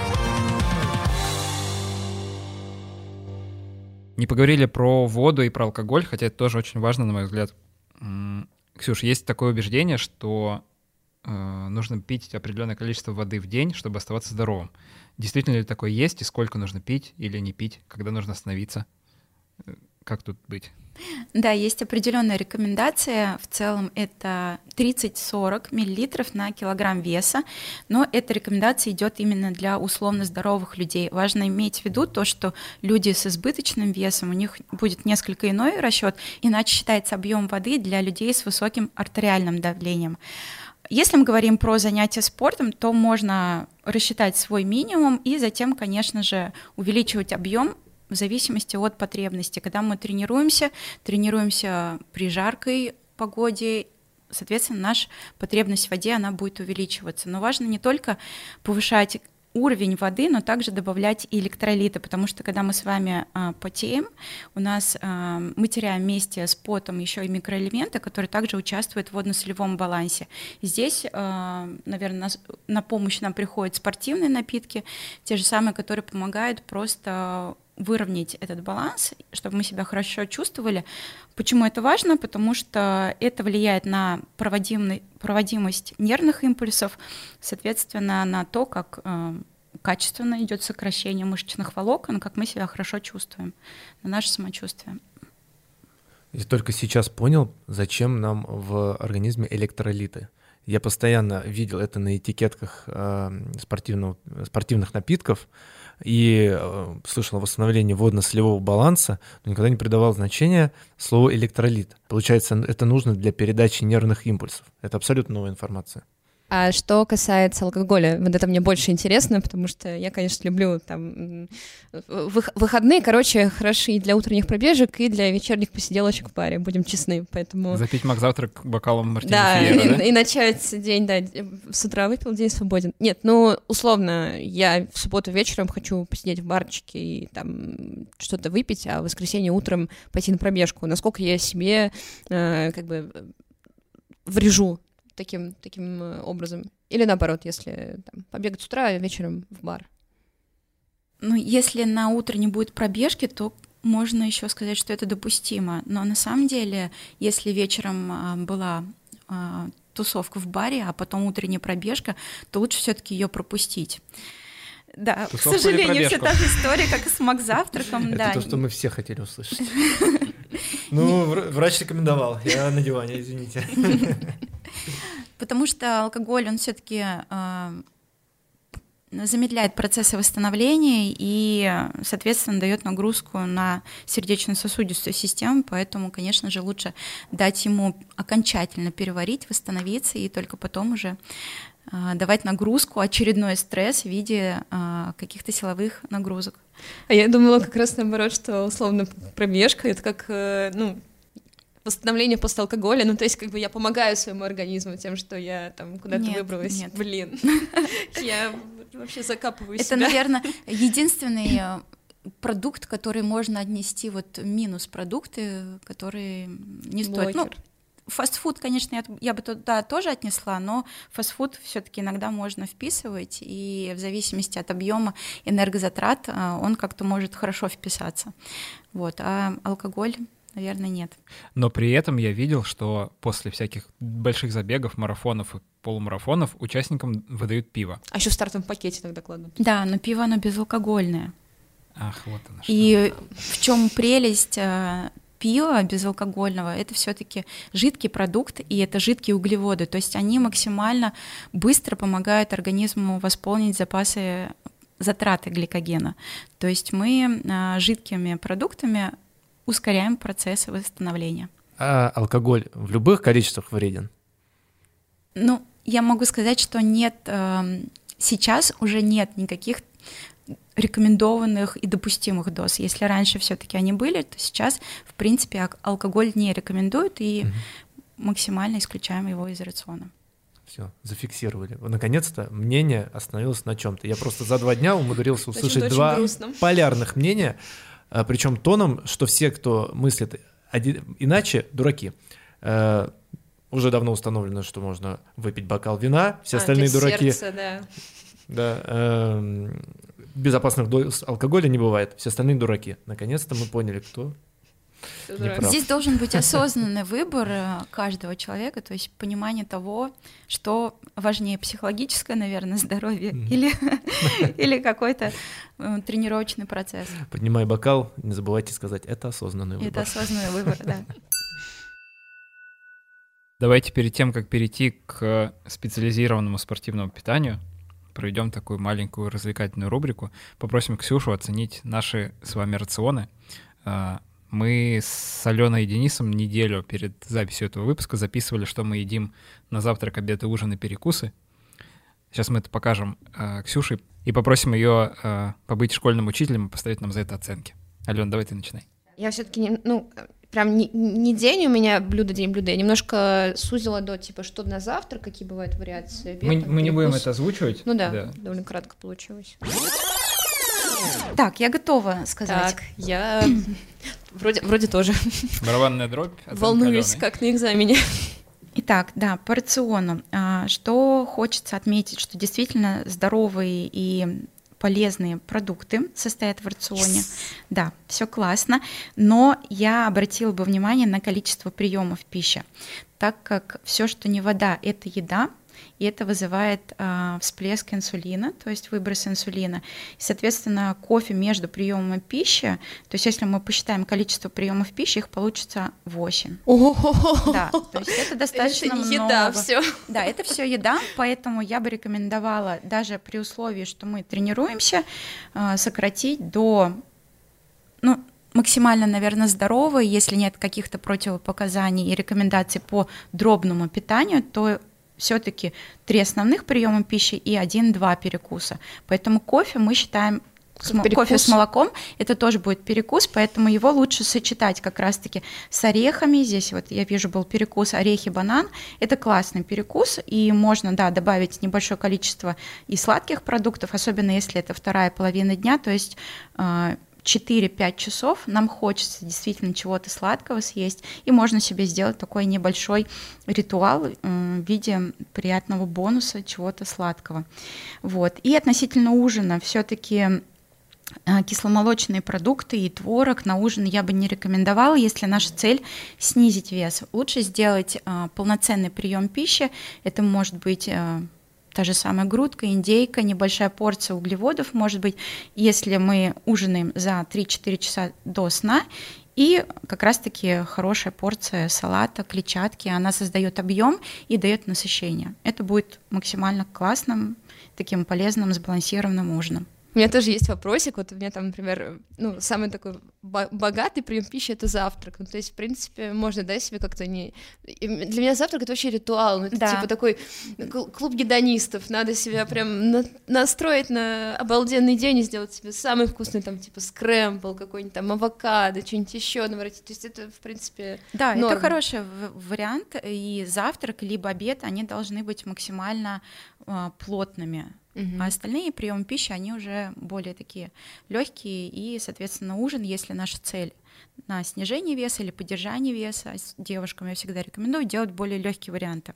Не поговорили про воду и про алкоголь, хотя это тоже очень важно, на мой взгляд. Ксюш, есть такое убеждение, что э, нужно пить определенное количество воды в день, чтобы оставаться здоровым. Действительно ли такое есть, и сколько нужно пить или не пить, когда нужно остановиться? Как тут быть? Да, есть определенная рекомендация. В целом это тридцать-сорок миллилитров на килограмм веса, но эта рекомендация идет именно для условно здоровых людей. Важно иметь в виду то, что люди с избыточным весом, у них будет несколько иной расчет, иначе считается объем воды для людей с высоким артериальным давлением. Если мы говорим про занятия спортом, то можно рассчитать свой минимум и затем, конечно же, увеличивать объем в зависимости от потребности. Когда мы тренируемся, тренируемся при жаркой погоде, соответственно, наша потребность в воде, она будет увеличиваться. Но важно не только повышать уровень воды, но также добавлять и электролиты, потому что когда мы с вами а, потеем, у нас а, мы теряем вместе с потом еще и микроэлементы, которые также участвуют в водно-солевом балансе. И здесь, а, наверное, нас, на помощь нам приходят спортивные напитки, те же самые, которые помогают просто выровнять этот баланс, чтобы мы себя хорошо чувствовали. Почему это важно? Потому что это влияет на проводимость нервных импульсов, соответственно, на то, как э, качественно идет сокращение мышечных волокон, как мы себя хорошо чувствуем, на наше самочувствие. Я только сейчас понял, зачем нам в организме электролиты. Я постоянно видел это на этикетках э, спортивного, спортивных напитков и э, слышал о восстановлении водно-солевого баланса, но никогда не придавал значения слову электролит. Получается, это нужно для передачи нервных импульсов. Это абсолютно новая информация. А что касается алкоголя, вот это мне больше интересно, потому что я, конечно, люблю там выходные, короче, хороши и для утренних пробежек, и для вечерних посиделочек в баре, будем честны, поэтому... Запить мак-завтрак бокалом мартини да, Фиера, и, да? и начать день, да, с утра выпил, день свободен. Нет, ну, условно, я в субботу вечером хочу посидеть в барчике и там что-то выпить, а в воскресенье утром пойти на пробежку. Насколько я себе э, как бы врежу таким, таким образом. Или наоборот, если там, побегать с утра, а вечером в бар. Ну, если на утро не будет пробежки, то можно еще сказать, что это допустимо. Но на самом деле, если вечером а, была а, тусовка в баре, а потом утренняя пробежка, то лучше все-таки ее пропустить. Да, к Тусовку или сожалению, все пробежку? та же история, как и с МакЗавтраком. Это да. то, что мы все хотели услышать. Ну, вр- врач рекомендовал, я на диване, извините. Потому что алкоголь, он все-таки замедляет процессы восстановления и, соответственно, дает нагрузку на сердечно-сосудистую систему, поэтому, конечно же, лучше дать ему окончательно переварить, восстановиться и только потом уже а, давать нагрузку, очередной стресс в виде а, каких-то силовых нагрузок. А я думала как раз наоборот, что условно пробежка — это как, э, ну, восстановление после алкоголя, ну, то есть как бы я помогаю своему организму тем, что я там куда-то Нет, выбралась. нет. Блин, я вообще закапываю Это, себя. наверное, единственный э, продукт, который можно отнести вот минус продукты, которые не стоят. Ну, Блокер. фастфуд, конечно, я, я бы туда тоже отнесла, но фастфуд все-таки иногда можно вписывать, и в зависимости от объема энергозатрат э, он как-то может хорошо вписаться. Вот, а алкоголь, наверное, нет. Но при этом я видел, что после всяких больших забегов, марафонов и полумарафонов участникам выдают пиво. А еще в стартовом пакете тогда кладут. Да, но пиво, оно безалкогольное. Ах, вот оно что. И в чем прелесть э, пива безалкогольного? Это все-таки жидкий продукт, и это жидкие углеводы. То есть они максимально быстро помогают организму восполнить запасы, затраты гликогена. То есть мы э, жидкими продуктами ускоряем процессы восстановления. А алкоголь в любых количествах вреден? Ну, я могу сказать, что нет, э, сейчас уже нет никаких рекомендованных и допустимых доз. Если раньше все-таки они были, то сейчас, в принципе, ак- алкоголь не рекомендуют, и Мгм. максимально исключаем его из рациона. Все, зафиксировали. Наконец-то мнение остановилось на чем-то. Я просто за два дня умудрился На услышать чём-то очень два грустном. полярных мнения, причем тоном, что все, кто мыслит оди- иначе, дураки. Э, Уже давно установлено, что можно выпить бокал вина, все А, остальные для дураки. сердца, да. Да, эм, безопасных доз алкоголя не бывает, все остальные дураки. Наконец-то мы поняли, кто. Ты Не дурак. прав. Здесь должен быть осознанный выбор э, каждого человека, то есть понимание того, что важнее, психологическое, наверное, здоровье Мгм. или, или какой-то э, тренировочный процесс. Поднимая бокал, не забывайте сказать, это осознанный Это выбор. осознанный выбор, да. Давайте перед тем, как перейти к специализированному спортивному питанию, проведем такую маленькую развлекательную рубрику. Попросим Ксюшу оценить наши с вами рационы. А, Мы с Аленой и Денисом неделю перед записью этого выпуска записывали, что мы едим на завтрак, обед и ужин и перекусы. Сейчас мы это покажем а, Ксюше и попросим ее а, побыть школьным учителем и поставить нам за это оценки. Алена, давай ты начинай. Я все-таки, ну, прям не, не день у меня блюдо, день блюда. Я немножко сузила до, типа, что на завтрак, какие бывают вариации. обед, Мы, там, мы не будем перекус. это озвучивать. Ну да, довольно кратко получилось. Так, я готова сказать. Так, я вроде, вроде тоже Барабанная дробь. оценка волнуюсь, Алены. как на экзамене. Итак, да, по рациону. А, Что хочется отметить, что действительно здоровые и полезные продукты состоят в рационе. Да, все классно, но я обратила бы внимание на количество приемов пищи, так как все, что не вода, это еда, и это вызывает а, всплеск инсулина, то есть выброс инсулина. И, соответственно, кофе между приемами пищи, то есть если мы посчитаем количество приемов пищи, их получится восемь. Да, то есть это достаточно Это много. еда, все. Да, это все еда, поэтому я бы рекомендовала, даже при условии, что мы тренируемся, э, сократить до, ну, максимально, наверное, здоровой, если нет каких-то противопоказаний и рекомендаций по дробному питанию, то все-таки три основных приема пищи и один-два перекуса. Поэтому кофе мы считаем с мо- Перекус. кофе с молоком, это тоже будет перекус, поэтому его лучше сочетать как раз-таки с орехами. Здесь вот я вижу был перекус орехи, банан. Это классный перекус, и можно, да, добавить небольшое количество и сладких продуктов, особенно если это вторая половина дня, то есть э, четыре-пять часов нам хочется действительно чего-то сладкого съесть, и можно себе сделать такой небольшой ритуал э, в виде приятного бонуса чего-то сладкого. Вот. И относительно ужина все-таки кисломолочные продукты и творог на ужин я бы не рекомендовала, если наша цель снизить вес. Лучше сделать а, полноценный прием пищи. Это может быть а, та та же самая грудка, индейка, небольшая порция углеводов, может быть, если мы ужинаем за три-четыре часа до сна, и как раз-таки хорошая порция салата, клетчатки, она создает объем и дает насыщение. Это будет максимально классным, таким полезным, сбалансированным ужином. У меня тоже есть вопросик, вот у меня там, например, ну, самый такой богатый прием пищи — это завтрак, ну, то есть, в принципе, можно, да, себе как-то не... Для меня завтрак — это вообще ритуал, ну, это да. типа такой клуб гедонистов, надо себя прям на... настроить на обалденный день и сделать себе самый вкусный, там, типа, скрэмбл какой-нибудь, там, авокадо, что-нибудь еще наворотить, то есть это, в принципе, Да, норм. Это хороший вариант, и завтрак, либо обед, они должны быть максимально uh, плотными. Uh-huh. А остальные приемы пищи, они уже более такие легкие, и, соответственно, ужин, если наша цель на снижение веса или поддержание веса, с девушкам я всегда рекомендую делать более легкие варианты.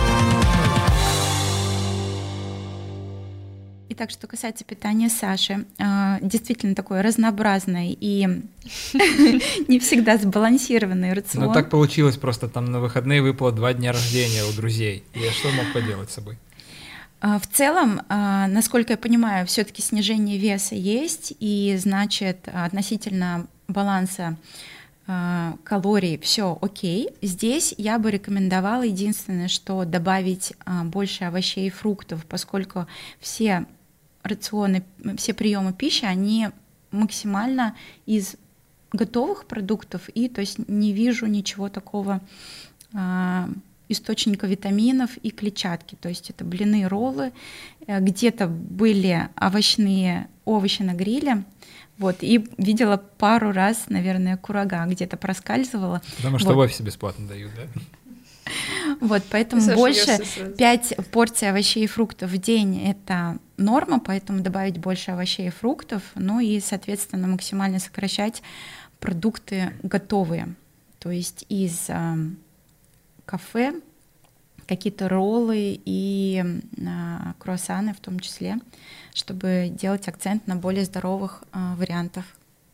Итак, что касается питания Саши, действительно такой разнообразный и не всегда сбалансированный рацион. Ну так получилось, просто там на выходные выпало два дня рождения у друзей. Я что мог поделать с собой? В целом, насколько я понимаю, все-таки снижение веса есть, и значит, относительно баланса калорий все окей. Здесь я бы рекомендовала единственное, что добавить больше овощей и фруктов, поскольку все рационы, все приемы пищи, они максимально из готовых продуктов, и то есть не вижу ничего такого источника витаминов и клетчатки, то есть это блины, роллы, где-то были овощные овощи на гриле, вот, и видела пару раз, наверное, курага где-то проскальзывала. Потому что вот. В офисе бесплатно дают, да? Вот, поэтому Саша больше пять порций овощей и фруктов в день — это норма, поэтому добавить больше овощей и фруктов, ну и, соответственно, максимально сокращать продукты готовые, то есть из кафе, какие-то роллы и а, круассаны в том числе, чтобы делать акцент на более здоровых а, вариантах.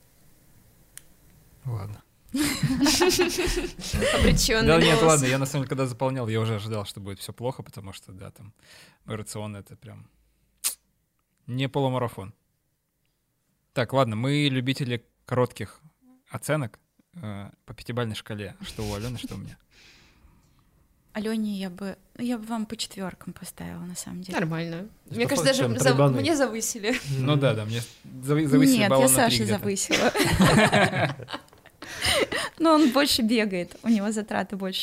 Ладно. Обречённый Да голос. нет, ладно, я на самом деле, когда заполнял, я уже ожидал, что будет все плохо, потому что, да, там, мой рацион — это прям не полумарафон. Так, ладно, мы любители коротких оценок э, по пятибалльной шкале. Что у Алены, что у меня. Алене я бы, я бы вам по четверкам поставила, на самом деле. Нормально. Что Мне кажется, даже за, мне завысили. Ну да, да, мне завысили Нет, баллон я на три Саше где-то. завысила. Но он больше бегает, у него затраты больше.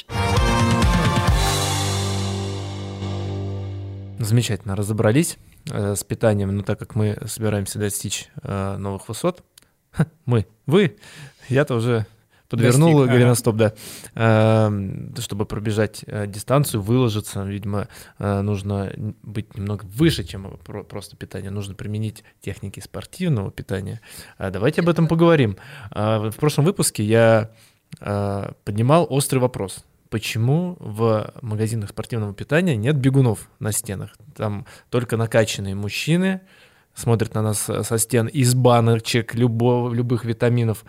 Замечательно, разобрались э, с питанием, но так как мы собираемся достичь э, новых высот, мы, вы, я-то уже подвернул Достиг, голеностоп, ага. да, э, чтобы пробежать э, дистанцию, выложиться, видимо, э, нужно быть немного выше, чем про- просто питание, нужно применить техники спортивного питания. А давайте об этом поговорим. А, в прошлом выпуске я э, поднимал острый вопрос. Почему в магазинах спортивного питания нет бегунов на стенах? Там только накачанные мужчины смотрят на нас со стен из баночек любого, любых витаминов.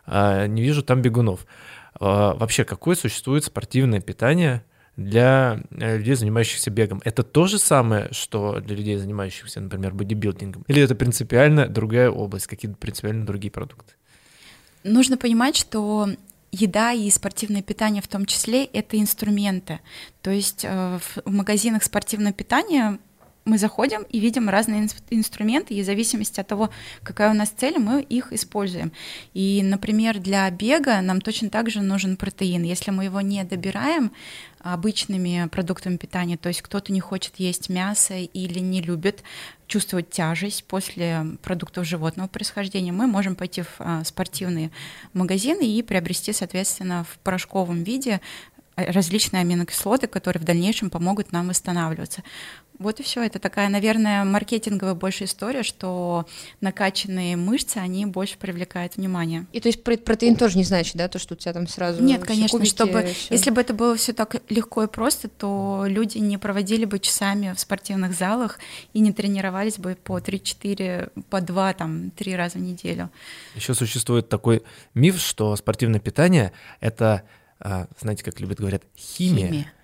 Не вижу там бегунов. Вообще, какое существует спортивное питание для людей, занимающихся бегом? Это то же самое, что для людей, занимающихся, например, бодибилдингом? Или это принципиально другая область, какие-то принципиально другие продукты? Нужно понимать, что еда и спортивное питание в том числе — это инструменты. То есть в магазинах спортивного питания мы заходим и видим разные инструменты, и в зависимости от того, какая у нас цель, мы их используем. И, например, для бега нам точно так же нужен протеин. Если мы его не добираем обычными продуктами питания, то есть кто-то не хочет есть мясо или не любит чувствовать тяжесть после продуктов животного происхождения, мы можем пойти в спортивные магазины и приобрести, соответственно, в порошковом виде различные аминокислоты, которые в дальнейшем помогут нам восстанавливаться. Вот и все. Это такая, наверное, маркетинговая больше история, что накачанные мышцы, они больше привлекают внимание. И то есть протеин тоже не значит, да, то, что у тебя там сразу... Нет, конечно, кубики, чтобы... всё. Если бы это было все так легко и просто, то люди не проводили бы часами в спортивных залах и не тренировались бы по три-четыре, по два, там, три раза в неделю. Еще существует такой миф, что спортивное питание — это, знаете, как любят говорят, химия. Химия.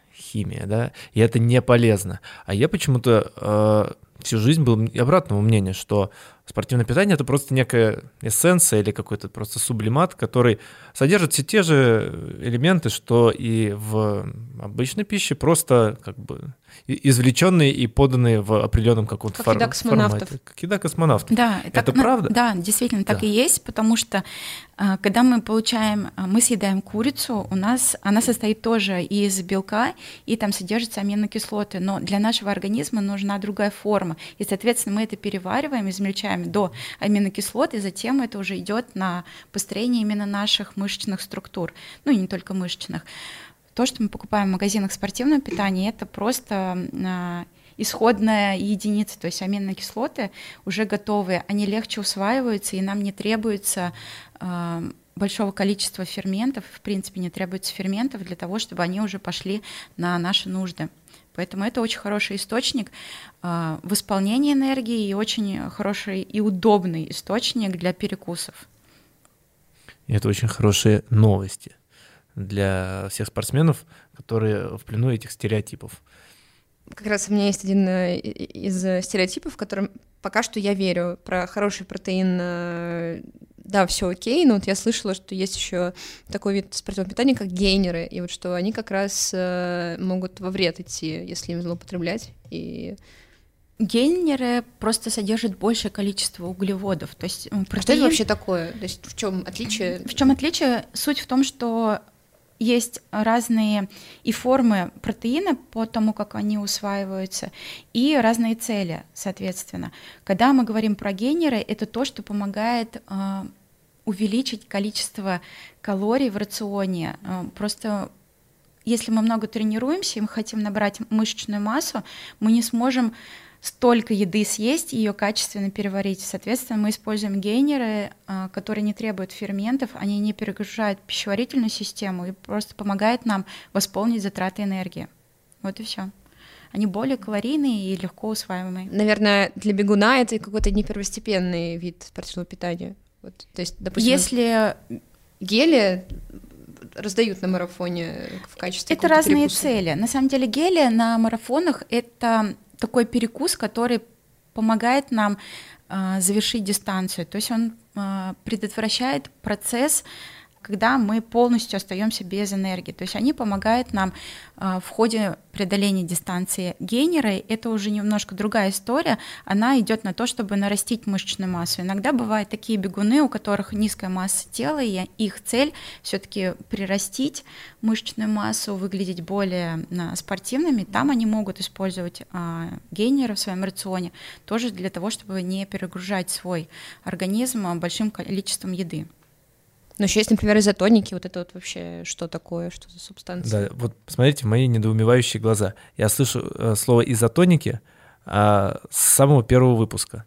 химия, да, и это не полезно. А я почему-то э, всю жизнь был обратного мнения, что спортивное питание — это просто некая эссенция или какой-то просто сублимат, который содержит все те же элементы, что и в обычной пище, просто как бы извлеченные и поданные в определенном каком-то как фор- еда космонавтов. формате. Как еда космонавтов. Да, это так, правда? Да, действительно, так Да. и есть, потому что а, когда мы получаем, а, мы съедаем курицу, у нас она состоит тоже из белка, и там содержатся аминокислоты, но для нашего организма нужна другая форма, и, соответственно, мы это перевариваем, измельчаем до аминокислот, и затем это уже идет на построение именно наших мышечных структур, ну и не только мышечных. То, что мы покупаем в магазинах спортивного питания, это просто а, исходная единица, то есть аминокислоты уже готовые, они легче усваиваются, и нам не требуется а, большого количества ферментов, в принципе, не требуется ферментов для того, чтобы они уже пошли на наши нужды. Поэтому это очень хороший источник а, восполнения энергии и очень хороший и удобный источник для перекусов. И это очень хорошие новости для всех спортсменов, которые в плену этих стереотипов. Как раз у меня есть один э, из стереотипов, которым пока что я верю. Про хороший протеин, э, да, все окей, но вот я слышала, что есть еще такой вид спортивного питания, как гейнеры, и вот что они как раз э, могут во вред идти, если им злоупотреблять. И... Гейнеры просто содержат большее количество углеводов. То есть протеин... А что это вообще такое? То есть в чем отличие? В чем отличие? Суть в том, что есть разные и формы протеина по тому, как они усваиваются, и разные цели, соответственно. Когда мы говорим про гейнеры, это то, что помогает э, увеличить количество калорий в рационе. Э, просто если мы много тренируемся и мы хотим набрать мышечную массу, мы не сможем столько еды съесть и ее качественно переварить. Соответственно, мы используем гейнеры, которые не требуют ферментов, они не перегружают пищеварительную систему и просто помогают нам восполнить затраты энергии. Вот и все. Они более калорийные и легко усваиваемые. Наверное, для бегуна это какой-то не первостепенный вид спортивного питания. Вот, то есть, допустим, Если гели раздают на марафоне в качестве это разные перекуса. цели. На самом деле гели на марафонах — это такой перекус, который помогает нам э, завершить дистанцию. То есть он э, предотвращает процесс, когда мы полностью остаемся без энергии. То есть они помогают нам э, в ходе преодоления дистанции. Гейнеры — это уже немножко другая история. Она идет на то, чтобы нарастить мышечную массу. Иногда бывают такие бегуны, у которых низкая масса тела, и их цель все-таки прирастить мышечную массу, выглядеть более э, спортивными. Там они могут использовать э, гейнеры в своем рационе, тоже для того, чтобы не перегружать свой организм большим количеством еды. Но еще есть, например, изотоники, вот это вот вообще что такое, что за субстанция? Да, вот посмотрите в мои недоумевающие глаза. Я слышу э, слово изотоники э, с самого первого выпуска.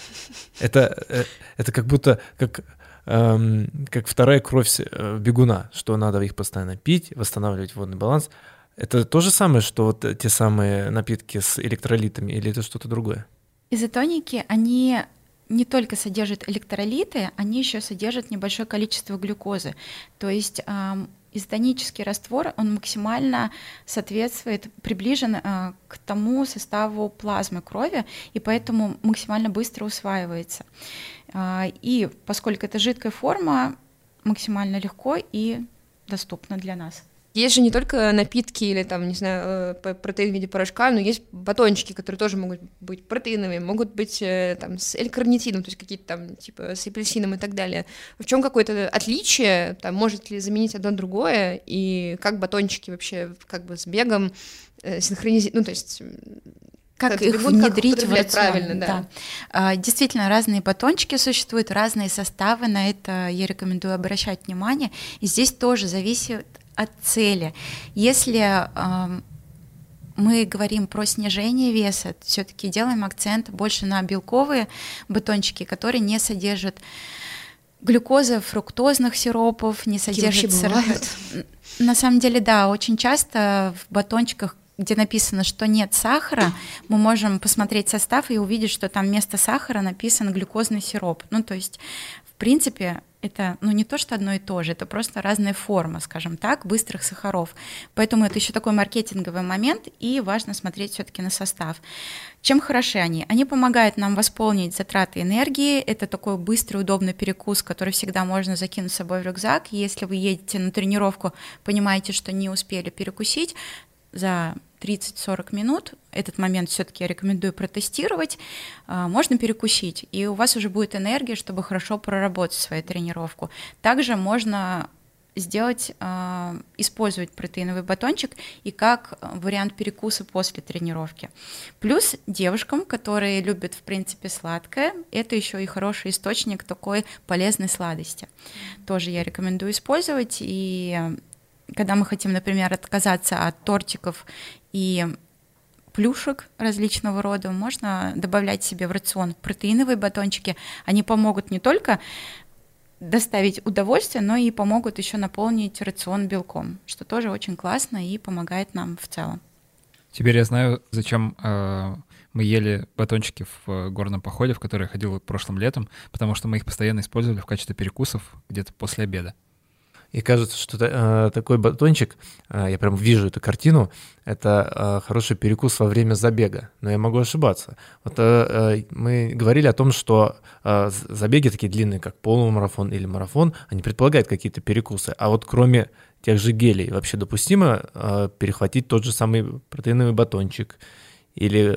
Это, э, это как будто как, э, как вторая кровь э, бегуна, что надо их постоянно пить, восстанавливать водный баланс. Это то же самое, что вот те самые напитки с электролитами, или это что-то другое? Изотоники, они не только содержат электролиты, они еще содержат небольшое количество глюкозы. То есть э, изотонический раствор, он максимально соответствует, приближен э, к тому составу плазмы крови, и поэтому максимально быстро усваивается. Э, и поскольку это жидкая форма, максимально легко и доступно для нас. Есть же не только напитки или там, не знаю, протеин в виде порошка, но есть батончики, которые тоже могут быть протеиновыми, могут быть там с L-карнитином, то есть какие-то там типа с апельсином и так далее. В чем какое-то отличие? Там, может ли заменить одно другое? И как батончики вообще как бы с бегом э, синхронизировать? Ну, то есть... Как Этот их бегун, внедрить как в рацион. правильно, да. Да. А, действительно, разные батончики существуют, разные составы, на это я рекомендую обращать внимание. И здесь тоже зависит от цели. Если э, мы говорим про снижение веса, все-таки делаем акцент больше на белковые батончики, которые не содержат глюкозы, фруктозных сиропов, не содержат сахар. На самом деле, да, очень часто в батончиках, где написано, что нет сахара, мы можем посмотреть состав и увидеть, что там вместо сахара написан глюкозный сироп. Ну, то есть, в принципе, это, ну, не то, что одно и то же, это просто разная форма, скажем так, быстрых сахаров. Поэтому это еще такой маркетинговый момент, и важно смотреть все-таки на состав. Чем хороши они? Они помогают нам восполнить затраты энергии. Это такой быстрый, удобный перекус, который всегда можно закинуть с собой в рюкзак. Если вы едете на тренировку, понимаете, что не успели перекусить, за тридцать-сорок минут, этот момент все-таки я рекомендую протестировать, можно перекусить, и у вас уже будет энергия, чтобы хорошо проработать свою тренировку. Также можно сделать, использовать протеиновый батончик и как вариант перекуса после тренировки. Плюс девушкам, которые любят, в принципе, сладкое, это еще и хороший источник такой полезной сладости. Тоже я рекомендую использовать, и когда мы хотим, например, отказаться от тортиков и плюшек различного рода, можно добавлять себе в рацион протеиновые батончики. Они помогут не только доставить удовольствие, но и помогут еще наполнить рацион белком, что тоже очень классно и помогает нам в целом. Теперь я знаю, зачем э, мы ели батончики в горном походе, в который я ходил прошлым летом, потому что мы их постоянно использовали в качестве перекусов где-то после обеда. И кажется, что э, такой батончик, э, я прям вижу эту картину, это э, хороший перекус во время забега, но я могу ошибаться. Вот э, э, мы говорили о том, что э, забеги такие длинные, как полумарафон или марафон, они предполагают какие-то перекусы, а вот кроме тех же гелей вообще допустимо э, перехватить тот же самый протеиновый батончик или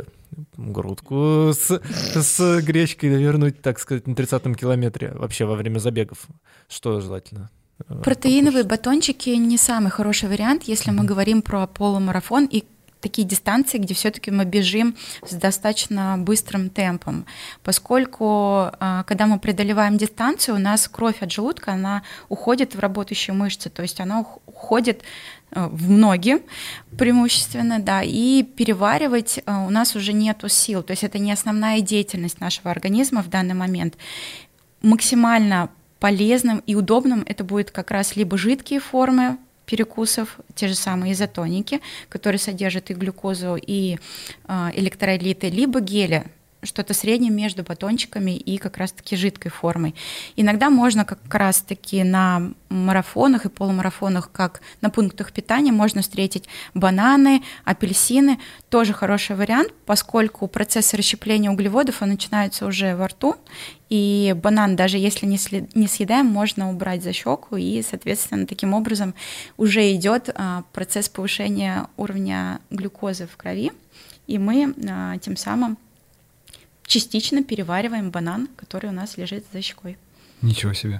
грудку с, с гречкой навернуть, так сказать, на тридцатом километре вообще во время забегов. Что желательно? Протеиновые батончики не самый хороший вариант, если мы говорим про полумарафон и такие дистанции, где все-таки мы бежим с достаточно быстрым темпом, поскольку когда мы преодолеваем дистанцию, у нас кровь от желудка, она уходит в работающие мышцы, то есть она уходит в ноги преимущественно, да, и переваривать у нас уже нету сил, то есть это не основная деятельность нашего организма в данный момент. Максимально полезным и удобным это будет как раз либо жидкие формы перекусов, те же самые изотоники, которые содержат и глюкозу, и э, электролиты, либо гели, что-то среднее между батончиками и как раз-таки жидкой формой. Иногда можно как раз-таки на марафонах и полумарафонах, как на пунктах питания, можно встретить бананы, апельсины. Тоже хороший вариант, поскольку процесс расщепления углеводов он начинается уже во рту, и банан, даже если не, след... не съедаем, можно убрать за щеку, и, соответственно, таким образом уже идет а, процесс повышения уровня глюкозы в крови, и мы а, тем самым частично перевариваем банан, который у нас лежит за щекой. Ничего себе.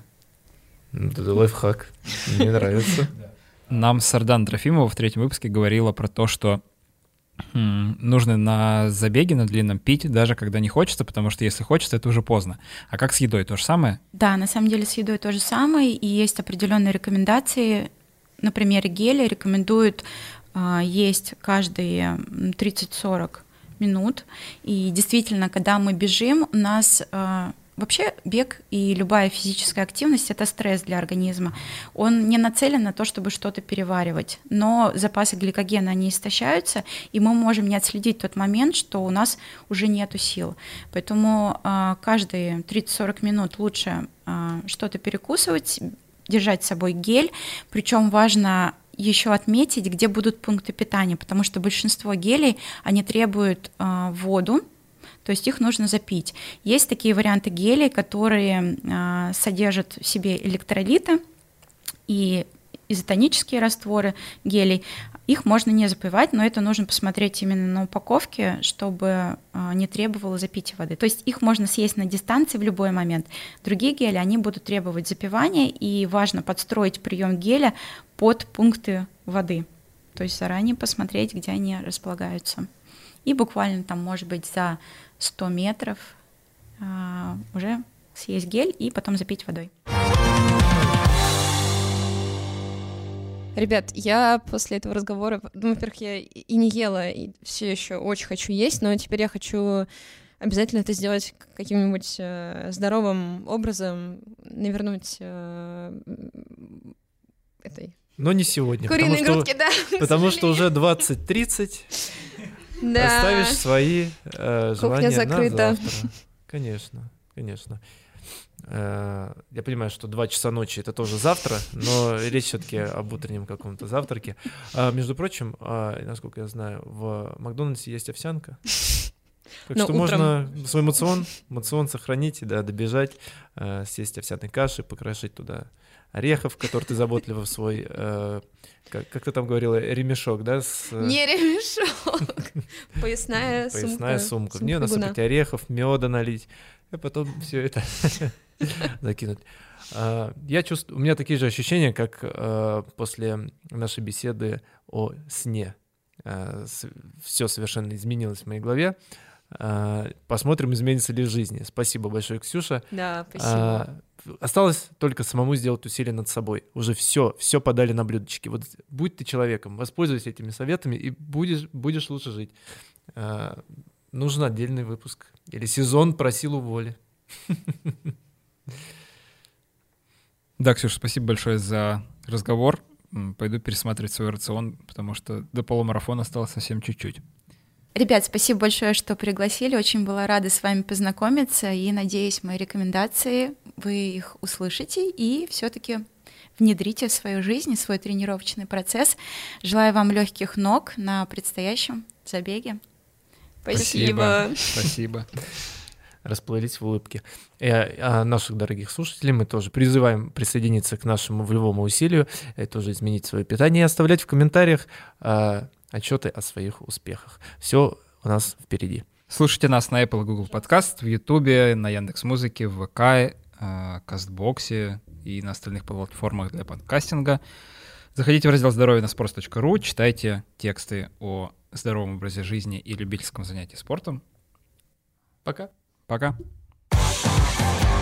Это лайфхак. Мне нравится. Нам Сардан Трофимова в третьем выпуске говорила про то, что м, нужно на забеге, на длинном пить, даже когда не хочется, потому что если хочется, это уже поздно. А как с едой? То же самое? Да, на самом деле с едой то же самое, и есть определенные рекомендации. На примере геля рекомендуют э, есть каждые тридцать-сорок минут. И действительно, когда мы бежим, у нас э, вообще бег и любая физическая активность — это стресс для организма. Он не нацелен на то, чтобы что-то переваривать, но запасы гликогена, они истощаются, и мы можем не отследить тот момент, что у нас уже нету сил. Поэтому э, каждые тридцать-сорок минут лучше э, что-то перекусывать, держать с собой гель, причем важно еще отметить, где будут пункты питания, потому что большинство гелей, они требуют э, воду, то есть их нужно запить. Есть такие варианты гелей, которые э, содержат в себе электролиты и изотонические растворы гелей. Их можно не запивать, но это нужно посмотреть именно на упаковке, чтобы э, не требовало запития воды. То есть их можно съесть на дистанции в любой момент. Другие гели, они будут требовать запивания, и важно подстроить прием геля под пункты воды. То есть заранее посмотреть, где они располагаются. И буквально там, может быть, за сто метров э, уже съесть гель и потом запить водой. Ребят, я после этого разговора, ну, во-первых, я и не ела, и все еще очень хочу есть, но теперь я хочу обязательно это сделать каким-нибудь э, здоровым образом, навернуть э, этой... Но не сегодня, куриные потому, грудки, что, да, потому что уже двадцать тридцать, да. Оставишь свои э, желания закрыта. на завтра. Конечно, конечно. Э, Я понимаю, что два часа ночи — это тоже завтра, но речь все-таки об утреннем каком-то завтраке. А, между прочим, а, насколько я знаю, в Макдональдсе есть овсянка. Так Но что утром. можно свой мацион, мацион сохранить, да, добежать, э, съесть овсяной каши, покрошить туда орехов, которые ты заботливо в свой, э, как, как ты там говорила, ремешок, да? С, э, Не ремешок. Поясная сумка. поясная сумка. В нее бегуна. насыпать орехов, меда налить, и потом все это закинуть. А, Я чувствую, у меня такие же ощущения, как э, после нашей беседы о сне. Все совершенно изменилось в моей голове. А, Посмотрим, изменится ли в жизни. Спасибо большое, Ксюша. Да, спасибо. А, Осталось только самому сделать усилие над собой. Уже все, все подали на блюдечки. Вот будь ты человеком, воспользуйся этими советами и будешь, будешь лучше жить. А, Нужен отдельный выпуск. Или сезон про силу воли. Да, Ксюша, спасибо большое за разговор. М, Пойду пересматривать свой рацион, потому что до полумарафона осталось совсем чуть-чуть. Ребят, спасибо большое, что пригласили. Очень была рада с вами познакомиться. И надеюсь, мои рекомендации, вы их услышите и все-таки внедрите в свою жизнь, в свой тренировочный процесс. Желаю вам легких ног на предстоящем забеге. Спасибо. Спасибо. Расплылись в улыбке. И, а наших дорогих слушателей мы тоже призываем присоединиться к нашему волевому усилию, и тоже изменить свое питание и оставлять в комментариях а, отчеты о своих успехах. Все у нас впереди. Слушайте нас на Apple и Google Podcast, в YouTube, на Яндекс.Музыке, в ВК, э, Кастбоксе и на остальных платформах для подкастинга. Заходите в раздел «Здоровье на спорт точка ру», читайте тексты о здоровом образе жизни и любительском занятии спортом. Пока. Пока.